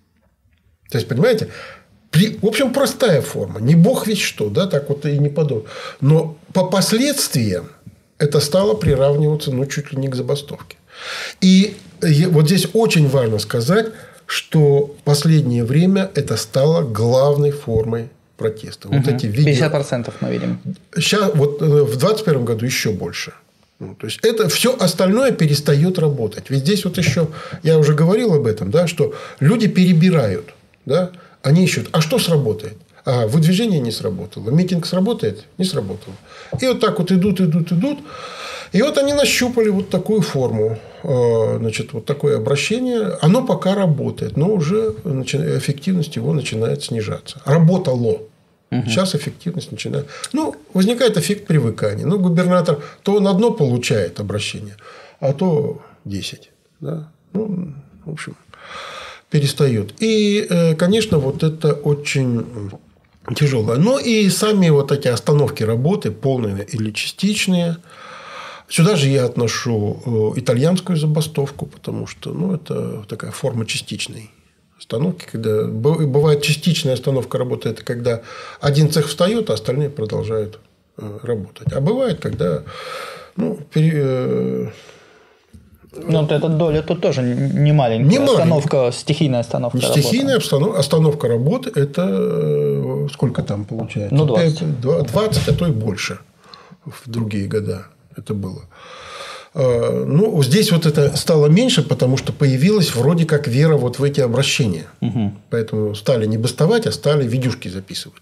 То есть, понимаете, при, в общем, простая форма. Не бог ведь что, да, так вот и не подумал. Но по последствиям это стало приравниваться, ну, чуть ли не к забастовке. И вот здесь очень важно сказать, что в последнее время это стало главной формой протеста. Вот угу. эти видео... пятьдесят процентов мы видим. Сейчас, вот в двадцать первом году еще больше. Ну, то есть, это все остальное перестает работать. Ведь здесь вот еще, я уже говорил об этом, да, что люди перебирают. Да? Они ищут, а что сработает? А, выдвижение не сработало. Митинг сработает? Не сработало. И вот так вот идут, идут, идут. И вот они нащупали вот такую форму. Значит, вот такое обращение. Оно пока работает, но уже эффективность его начинает снижаться. Работало. Угу. Сейчас эффективность начинает. Ну, возникает эффект привыкания. Ну, губернатор то он одно получает обращение, а то десять. Да? Ну, в общем, перестает. И, конечно, вот это очень тяжелое. Но и сами вот эти остановки работы, полные или частичные. Сюда же я отношу итальянскую забастовку, потому что ну, это такая форма частичной остановки. Когда бывает частичная остановка работы, это когда один цех встает, а остальные продолжают работать. А бывает, когда ну, пере... Ну, вот эта доля тут тоже не маленькая. Не остановка, маленькая. Стихийная остановка не работы. Стихийная остановка работы, это сколько там получается? Ну, двадцать. двадцать, а то и больше в другие года это было. Ну, здесь вот это стало меньше, потому что появилась вроде как вера вот в эти обращения. Угу. Поэтому стали не бастовать, а стали видюшки записывать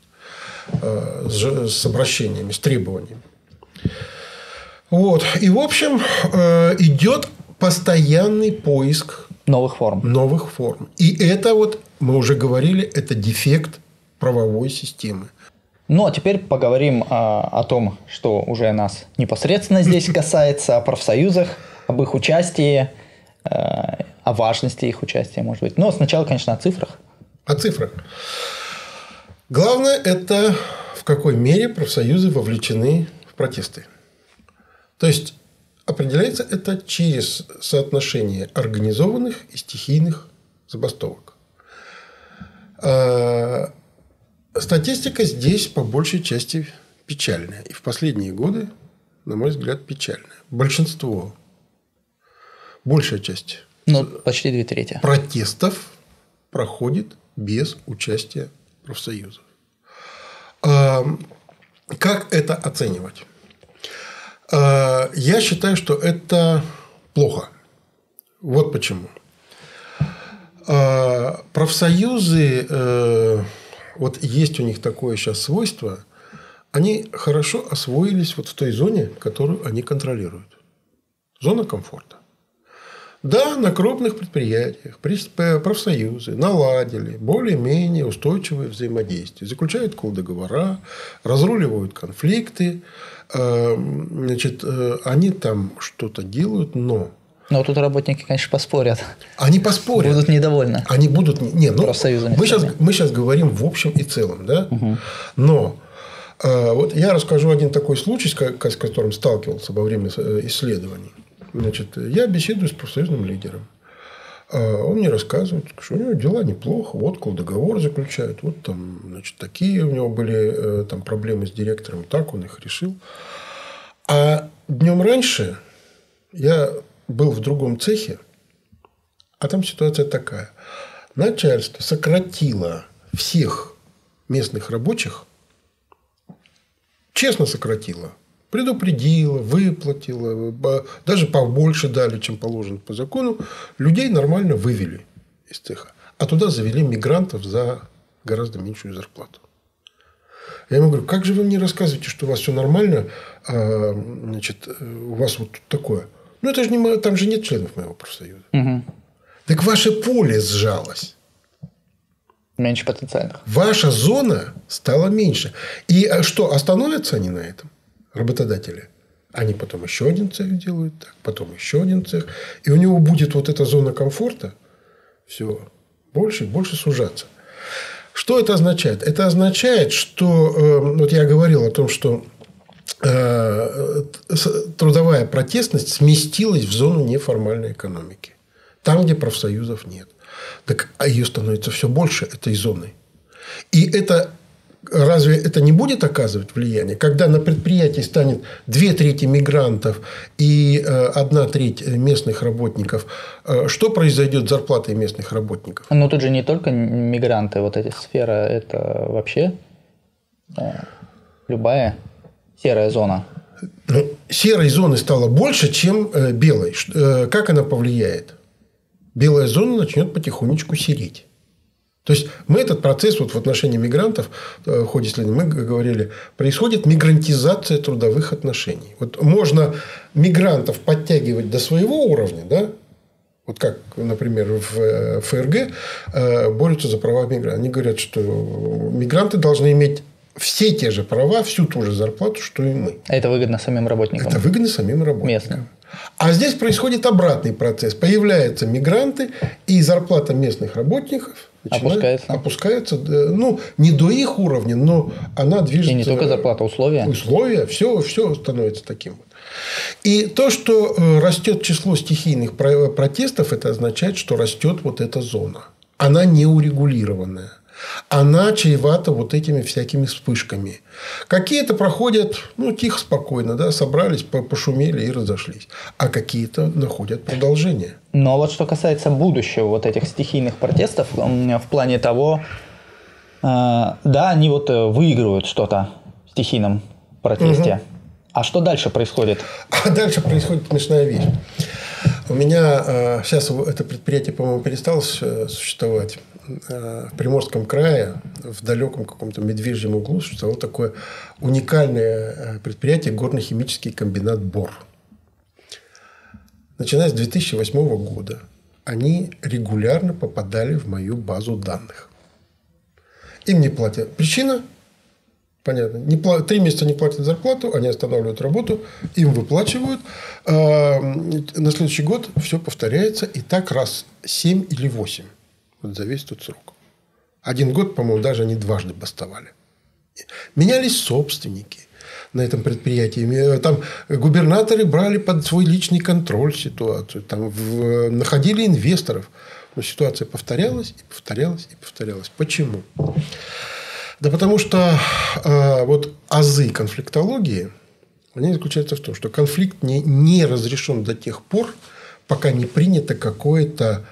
с обращениями, с требованиями. Вот. И, в общем, идет постоянный поиск новых форм. Новых форм. И это вот, мы уже говорили, это дефект правовой системы. Ну, а теперь поговорим а, о том, что уже нас непосредственно здесь касается, о профсоюзах, об их участии, а, о важности их участия, может быть. Но сначала, конечно, о цифрах. О цифрах. Главное – это в какой мере профсоюзы вовлечены в протесты. То есть, определяется это через соотношение организованных и стихийных забастовок. Статистика здесь по большей части печальная. И в последние годы, на мой взгляд, печальная. Большинство, большая часть ну, почти две трети протестов проходит без участия профсоюзов. Как это оценивать? Я считаю, что это плохо. Вот почему. Профсоюзы, вот есть у них такое сейчас свойство, они хорошо освоились вот в той зоне, которую они контролируют. Зона комфорта. Да, на крупных предприятиях профсоюзы наладили более-менее устойчивое взаимодействие. Заключают колл-договора, разруливают конфликты. Значит, они там что-то делают, но... Но тут работники, конечно, поспорят. Они поспорят. Будут недовольны. Они будут... Не, ну, профсоюзами. Мы сейчас, мы сейчас говорим в общем и целом. Да? Угу. Но вот я расскажу один такой случай, с которым сталкивался во время исследований. Значит, я беседую с профсоюзным лидером. Он мне рассказывает, что у него дела неплохо. Вот колл-договор заключают. Вот там, значит, такие у него были там, проблемы с директором. Так он их решил. А днем раньше я был в другом цехе. А там ситуация такая. Начальство сократило всех местных рабочих. Честно сократило. Предупредила, выплатила, даже побольше дали, чем положено по закону. Людей нормально вывели из цеха. А туда завели мигрантов за гораздо меньшую зарплату. Я ему говорю, как же вы мне рассказываете, что у вас все нормально, а, значит, у вас вот такое. Ну, это же не, там же нет членов моего профсоюза. Угу. Так ваше поле сжалось. Меньше потенциальных. Ваша зона стала меньше. И что, остановятся они на этом? Работодатели. Они потом еще один цех делают, так, потом еще один цех. И у него будет вот эта зона комфорта все больше и больше сужаться. Что это означает? Это означает, что э, вот я говорил о том, что э, трудовая протестность сместилась в зону неформальной экономики. Там, где профсоюзов нет. Так, а ее становится все больше, этой зоны. И это... Разве это не будет оказывать влияние? Когда на предприятии станет две трети мигрантов и одна треть местных работников, что произойдет с зарплатой местных работников? Ну, тут же не только мигранты, вот эти сферы, это вообще любая серая зона. Ну, серой зоны стало больше, чем белой. Как она повлияет? Белая зона начнет потихонечку сереть. То есть, мы этот процесс вот в отношении мигрантов в ходе исследования мы говорили, происходит мигрантизация трудовых отношений. Вот можно мигрантов подтягивать до своего уровня, да? Вот как, например, в ФРГ борются за права мигрантов. Они говорят, что мигранты должны иметь все те же права, всю ту же зарплату, что и мы. Это выгодно самим работникам. Это выгодно самим работникам. Местным. А здесь происходит обратный процесс. Появляются мигранты, и зарплата местных работников опускается. опускается. Ну, не до их уровня, но она движется. И не только зарплата, условия. Условия, все, все становится таким. И то, что растет число стихийных протестов, это означает, что растет вот эта зона. Она неурегулированная. Она чревата вот этими всякими вспышками. Какие-то проходят, ну, тихо, спокойно, да, собрались, пошумели и разошлись. А какие-то находят продолжение. Но вот что касается будущего вот этих стихийных протестов, в плане того, э, да, они вот выигрывают что-то в стихийном протесте. Угу. А что дальше происходит? А дальше происходит смешная вещь. У меня э, сейчас это предприятие, по-моему, перестало существовать. В Приморском крае, в далеком каком-то медвежьем углу, существовало такое уникальное предприятие — горно-химический комбинат «Бор». Начиная с две тысячи восьмого года они регулярно попадали в мою базу данных. Им не платят. Причина? Понятно. Не платят, три месяца не платят зарплату, они останавливают работу, им выплачивают. А на следующий год все повторяется. И так раз семь или восемь. Вот за весь тот срок. Один год, по-моему, даже они дважды бастовали. Менялись собственники на этом предприятии. Там губернаторы брали под свой личный контроль ситуацию. Там в... находили инвесторов. Но ситуация повторялась и повторялась и повторялась. Почему? Да потому что э, вот азы конфликтологии, они заключаются в том, что конфликт не, не разрешен до тех пор, пока не принято какое-то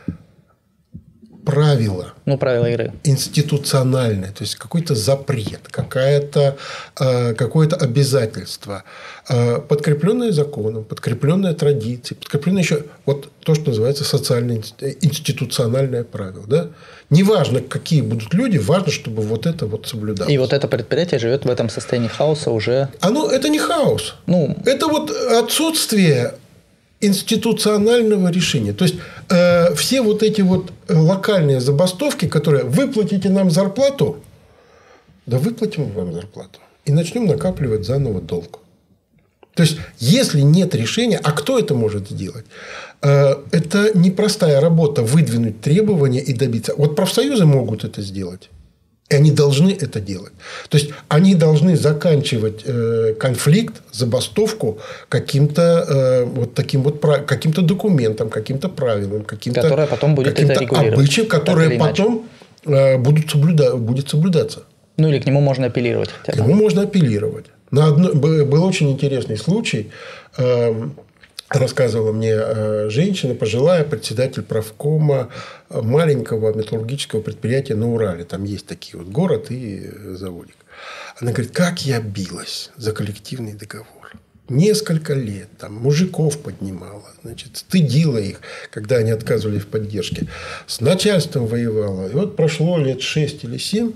правило. Ну, правила игры. Институциональное. То есть, какой-то запрет, какая-то, э, какое-то обязательство, э, подкрепленное законом, подкрепленное традицией, подкрепленное еще вот то, что называется социальное институциональное правило. Да? Неважно, какие будут люди, важно, чтобы вот это вот соблюдалось. И вот это предприятие живет в этом состоянии хаоса уже. Оно, это не хаос. Ну... Это вот отсутствие институционального решения. То есть, э, все вот эти вот локальные забастовки, которые выплатите нам зарплату, да выплатим вам зарплату и начнем накапливать заново долг. То есть, если нет решения, а кто это может сделать? Э, это непростая работа выдвинуть требования и добиться. Вот профсоюзы могут это сделать. И они должны это делать. То есть, они должны заканчивать э, конфликт, забастовку каким-то э, вот таким вот каким-то документом, каким-то правилам, каким-то, которое потом будет это регулировать. Обычаем, которые потом э, будут соблюда, будет соблюдаться. Ну, или к нему можно апеллировать. К нему можно апеллировать. На одно, был очень интересный случай. Э, Рассказывала мне женщина, пожилая, председатель правкома маленького металлургического предприятия на Урале. Там есть такие вот город и заводик. Она говорит, как я билась за коллективный договор. Несколько лет там мужиков поднимала, значит, стыдила их, когда они отказывали в поддержке. С начальством воевала. И вот прошло лет шесть или семь.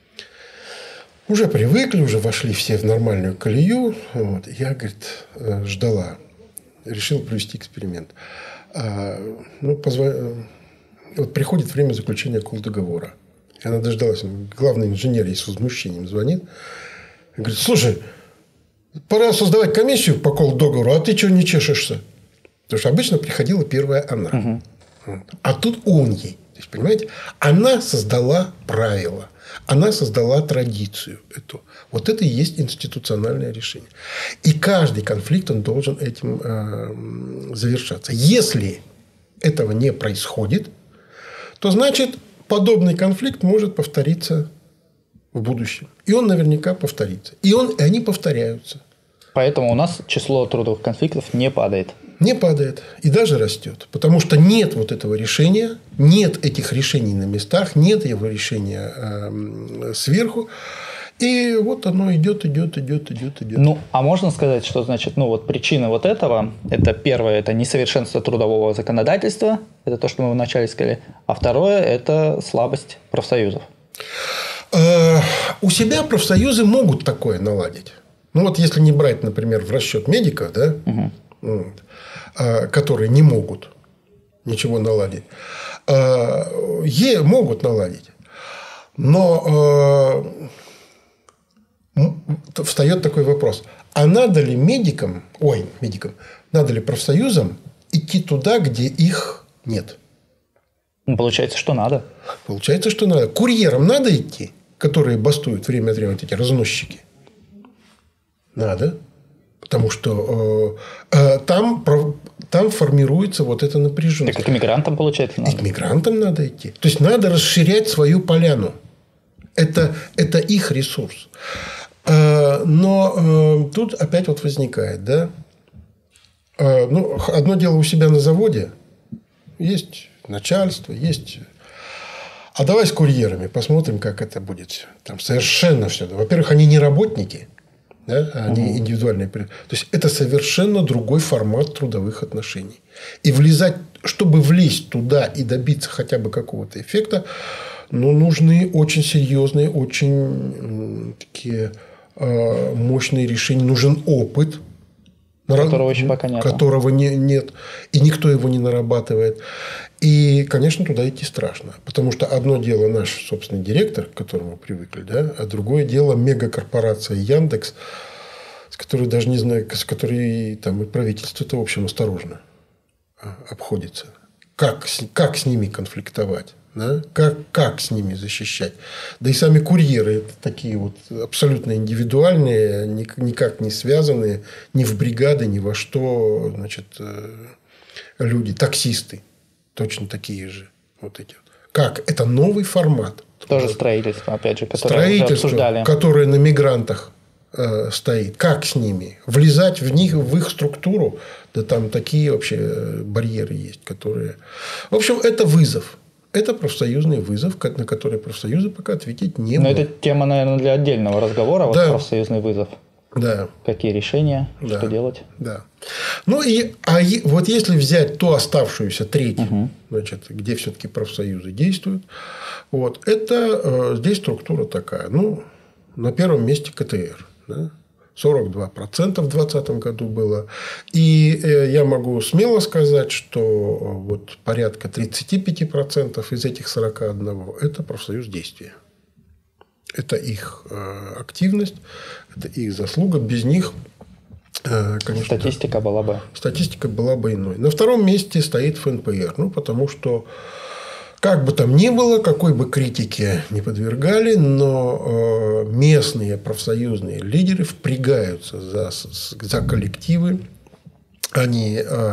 Уже привыкли, уже вошли все в нормальную колею. Вот. Я, говорит, ждала. Решил провести эксперимент. А, ну, позва... вот приходит время заключения колл-договора. И она дождалась. Главный инженер ей с возмущением звонит. Говорит, слушай, пора создавать комиссию по колл-договору, а ты что не чешешься? Потому что обычно приходила первая она. Угу. Вот. А тут он ей. То есть, понимаете, она создала правила. Она создала традицию эту. Вот это и есть институциональное решение. И каждый конфликт, он должен этим э, завершаться. Если этого не происходит, то значит, подобный конфликт может повториться в будущем. И он наверняка повторится. И, он, и они повторяются. Поэтому у нас число трудовых конфликтов не падает. Не падает. И даже растет. Потому что нет вот этого решения, нет этих решений на местах, нет его решения э, сверху. И вот оно идет, идет, идет, идет, идет. Ну, а можно сказать, что значит, ну, вот причина вот этого, это первое, это несовершенство трудового законодательства, это то, что мы вначале сказали, а второе, это слабость профсоюзов. Э, у себя профсоюзы могут такое наладить. Ну, вот если не брать, например, в расчет медиков, да, угу. вот, которые не могут ничего наладить, могут наладить. Но встает такой вопрос. А надо ли медикам, ой, медикам, надо ли профсоюзам идти туда, где их нет? Ну, получается, что надо. Получается, что надо. Курьерам надо идти, которые бастуют время от времени, вот эти разносчики? Надо. Потому что э, э, там, там формируется вот эта напряженность. Так и к мигрантам, получается, надо. И к мигрантам надо идти. То есть, надо расширять свою поляну. Это, это их ресурс. Э, но э, тут опять вот возникает, да? Э, ну, одно дело у себя на заводе. Есть начальство, есть... А давай с курьерами посмотрим, как это будет. Там совершенно все. Во-первых, они не работники. Да? Они индивидуальные. То есть, это совершенно другой формат трудовых отношений. И влезать, чтобы влезть туда и добиться хотя бы какого-то эффекта, ну, нужны очень серьезные, очень такие э, мощные решения. Нужен опыт, которого еще пока нет. Которого не, нет. И никто его не нарабатывает. И, конечно, туда идти страшно. Потому что одно дело наш собственный директор, к которому мы привыкли, да, а другое дело мегакорпорация Яндекс, с которой даже не знаю, с которой там и правительство-то, в общем, осторожно обходится. Как, как с ними конфликтовать? Да? Как, как с ними защищать? Да и сами курьеры это такие вот абсолютно индивидуальные, никак не связанные ни в бригады, ни во что, значит, люди, таксисты. Точно такие же. Вот эти. Как? Это новый формат. Тоже строительство, опять же, которое уже обсуждали. Которое на мигрантах э, стоит. Как с ними? Влезать в них, в их структуру. Да там такие вообще барьеры есть, которые... В общем, это вызов. Это профсоюзный вызов, на который профсоюзы пока ответить не могут. Но это тема, наверное, для отдельного разговора. Вот да. Профсоюзный вызов. Да. Какие решения, да. что делать? Да. Ну и а вот если взять ту оставшуюся треть, угу. значит, где все-таки профсоюзы действуют, вот это э, здесь структура такая. Ну, на первом месте ка тэ эр. Да? сорок два процента в двадцатом году было. И э, я могу смело сказать, что вот порядка тридцать пять процентов из этих сорока одного это профсоюз действия. Это их э, активность, это их заслуга. Без них, э, конечно... Статистика была бы... Статистика была бы иной. На втором месте стоит эф эн пэ эр. Ну, потому что, как бы там ни было, какой бы критике не подвергали, но э, местные профсоюзные лидеры впрягаются за, за коллективы. Они... Э,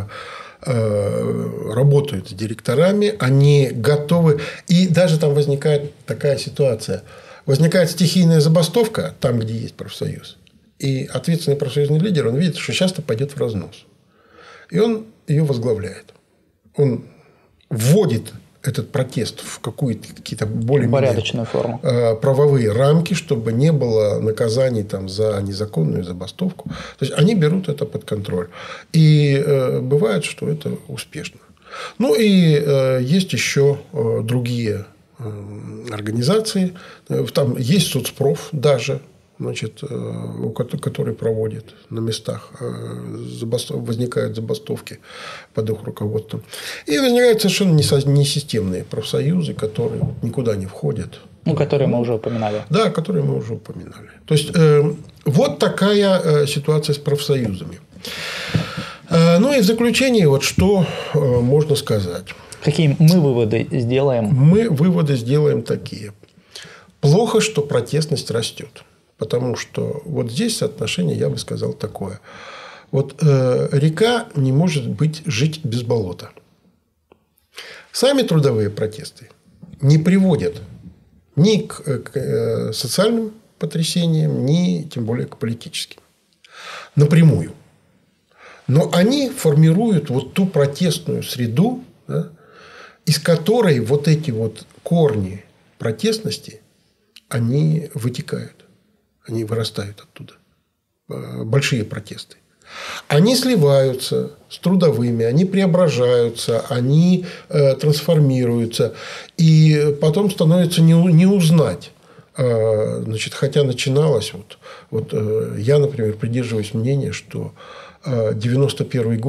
работают с директорами, они готовы... И даже там возникает такая ситуация... Возникает стихийная забастовка там, где есть профсоюз. И ответственный профсоюзный лидер, он видит, что сейчас-то пойдет в разнос. И он ее возглавляет. Он вводит этот протест в какую-то, какие-то более-менее форму. правовые рамки, чтобы не было наказаний там, за незаконную забастовку. То есть, они берут это под контроль. И э, бывает, что это успешно. Ну, и э, есть еще э, другие организации. Там есть соцпроф даже, значит, который проводит на местах, возникают забастовки под их руководством. И возникают совершенно несистемные профсоюзы, которые никуда не входят. Ну, которые мы уже упоминали. Да, которые мы уже упоминали. То есть, э, вот такая э, ситуация с профсоюзами. Э, ну, и в заключение, вот что э, можно сказать. Какие мы выводы сделаем? Мы выводы сделаем такие. Плохо, что протестность растет. Потому что вот здесь соотношение, я бы сказал, такое. Вот э, река не может быть жить без болота. Сами трудовые протесты не приводят ни к, к э, социальным потрясениям, ни тем более к политическим. Напрямую. Но они формируют вот ту протестную среду, да, из которой вот эти вот корни протестности, они вытекают. Они вырастают оттуда. Большие протесты. Они сливаются с трудовыми, они преображаются, они э, трансформируются. И потом становится не, не узнать. Э, значит, хотя начиналось... Вот, вот, э, я, например, придерживаюсь мнения, что э, девяносто первый год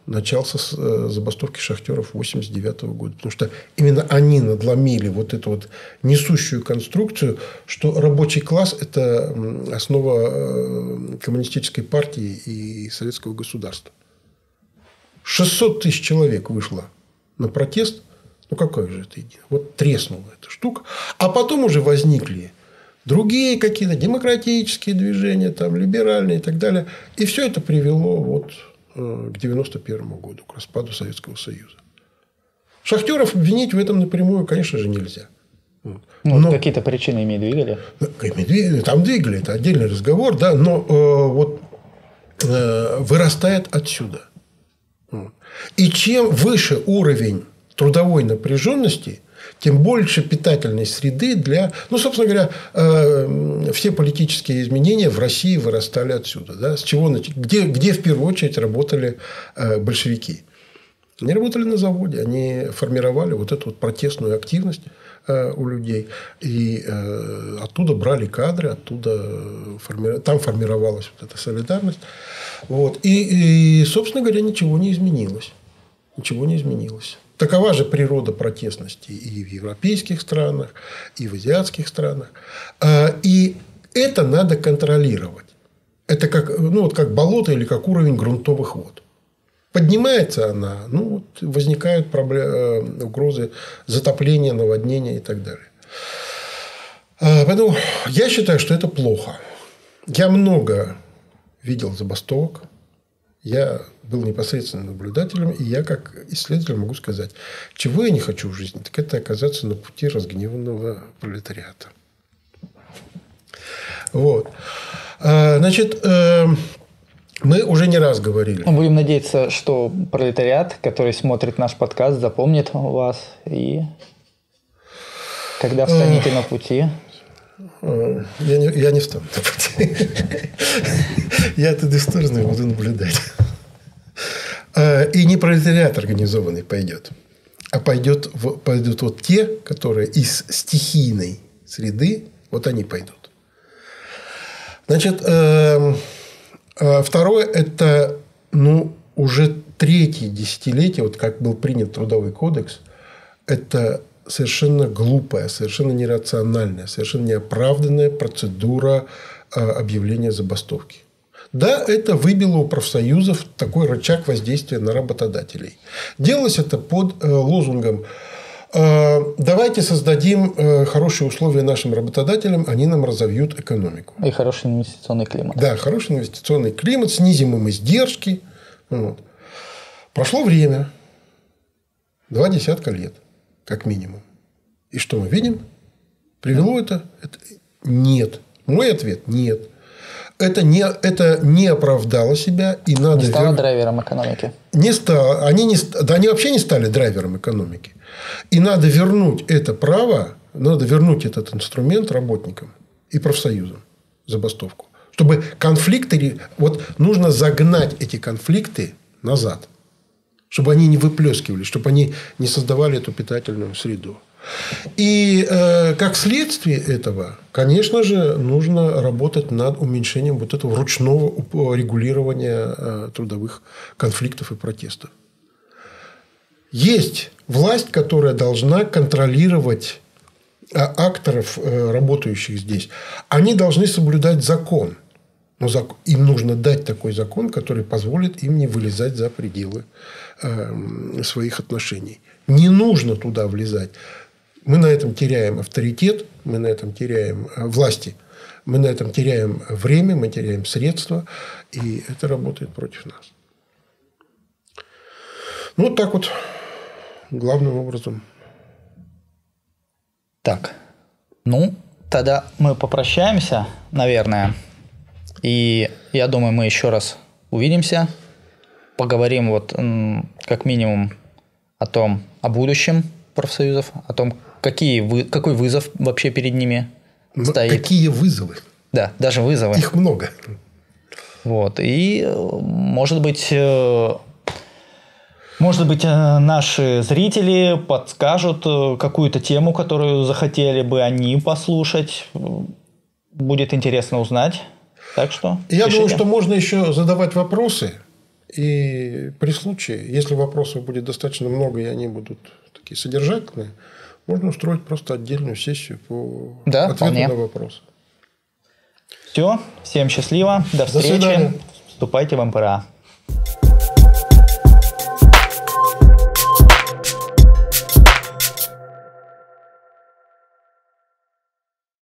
начался с забастовки шахтеров восемьдесят девятого года. Потому что именно они надломили вот эту вот несущую конструкцию, что рабочий класс – это основа коммунистической партии и советского государства. шестьсот тысяч человек вышло на протест. Ну, какая же это идея? Вот треснула эта штука. А потом уже возникли другие какие-то демократические движения, там, либеральные и так далее. И все это привело вот к девяносто первому году, к распаду Советского Союза. Шахтеров обвинить в этом напрямую, конечно же, нельзя. Ну, но какие-то причины ими двигали? Там двигали, это отдельный разговор, да, но э, вот э, вырастает отсюда. И чем выше уровень трудовой напряженности, тем больше питательной среды для... Ну, собственно говоря, э, все политические изменения в России вырастали отсюда. Да? С чего, где, где в первую очередь работали э, большевики? Они работали на заводе, они формировали вот эту вот протестную активность э, у людей. И э, оттуда брали кадры, оттуда форми... там формировалась вот эта солидарность. Вот. И, и, собственно говоря, ничего не изменилось. Ничего не изменилось. Такова же природа протестности и в европейских странах, и в азиатских странах. И это надо контролировать. Это как, ну, вот как болото или как уровень грунтовых вод. Поднимается она, ну, вот возникают проблемы, угрозы затопления, наводнения и так далее. Поэтому я считаю, что это плохо. Я много видел забастовок. Я был непосредственно наблюдателем, и я, как исследователь, могу сказать, чего я не хочу в жизни, так это оказаться на пути разгневанного пролетариата. Вот. Значит, мы уже не раз говорили. Будем надеяться, что пролетариат, который смотрит наш подкаст, запомнит вас, и когда встанете на пути... Я не, я не встану на пути. Я от этой стороны буду наблюдать. И не пролетариат организованный пойдет, а пойдет, пойдут вот те, которые из стихийной среды, вот они пойдут. Значит, второе – это ну, уже третье десятилетие, вот как был принят Трудовой кодекс, это совершенно глупая, совершенно нерациональная, совершенно неоправданная процедура объявления забастовки. Да, это выбило у профсоюзов такой рычаг воздействия на работодателей. Делалось это под лозунгом «давайте создадим хорошие условия нашим работодателям, они нам разовьют экономику». И хороший инвестиционный климат. Да, хороший инвестиционный климат, снизим им издержки. Вот. Прошло время, два десятка лет. Как минимум. И что мы видим? Привело это? это? Нет. Мой ответ – нет. Это не, это не оправдало себя. И надо не стало вер... драйвером экономики. Не стало. Они, не... Да, они вообще не стали драйвером экономики. И надо вернуть это право, надо вернуть этот инструмент работникам и профсоюзам, забастовку. Чтобы конфликты... Вот нужно загнать эти конфликты назад. Чтобы они не выплескивались, чтобы они не создавали эту питательную среду. И э, как следствие этого, конечно же, нужно работать над уменьшением вот этого ручного регулирования э, трудовых конфликтов и протестов. Есть власть, которая должна контролировать э, акторов, э, работающих здесь. Они должны соблюдать закон. Но им нужно дать такой закон, который позволит им не вылезать за пределы э, своих отношений. Не нужно туда влезать. Мы на этом теряем авторитет, мы на этом теряем э, власти, мы на этом теряем время, мы теряем средства, и это работает против нас. Ну, вот так вот, главным образом. Так, ну, тогда мы попрощаемся, наверное. И я думаю, мы еще раз увидимся, поговорим вот как минимум о том, о будущем профсоюзов, о том, какие вы, какой вызов вообще перед ними стоит. Какие вызовы? Да, даже вызовы. Их много. Вот. И, может быть, может быть, наши зрители подскажут какую-то тему, которую захотели бы они послушать. Будет интересно узнать. Так что Я пишите. думаю, что можно еще задавать вопросы И при случае, если вопросов будет достаточно много, и они будут такие содержательные, можно устроить просто отдельную сессию по да, ответу вполне. на вопросы. Все, всем счастливо, до встречи, до свидания. Вступайте в МПРА.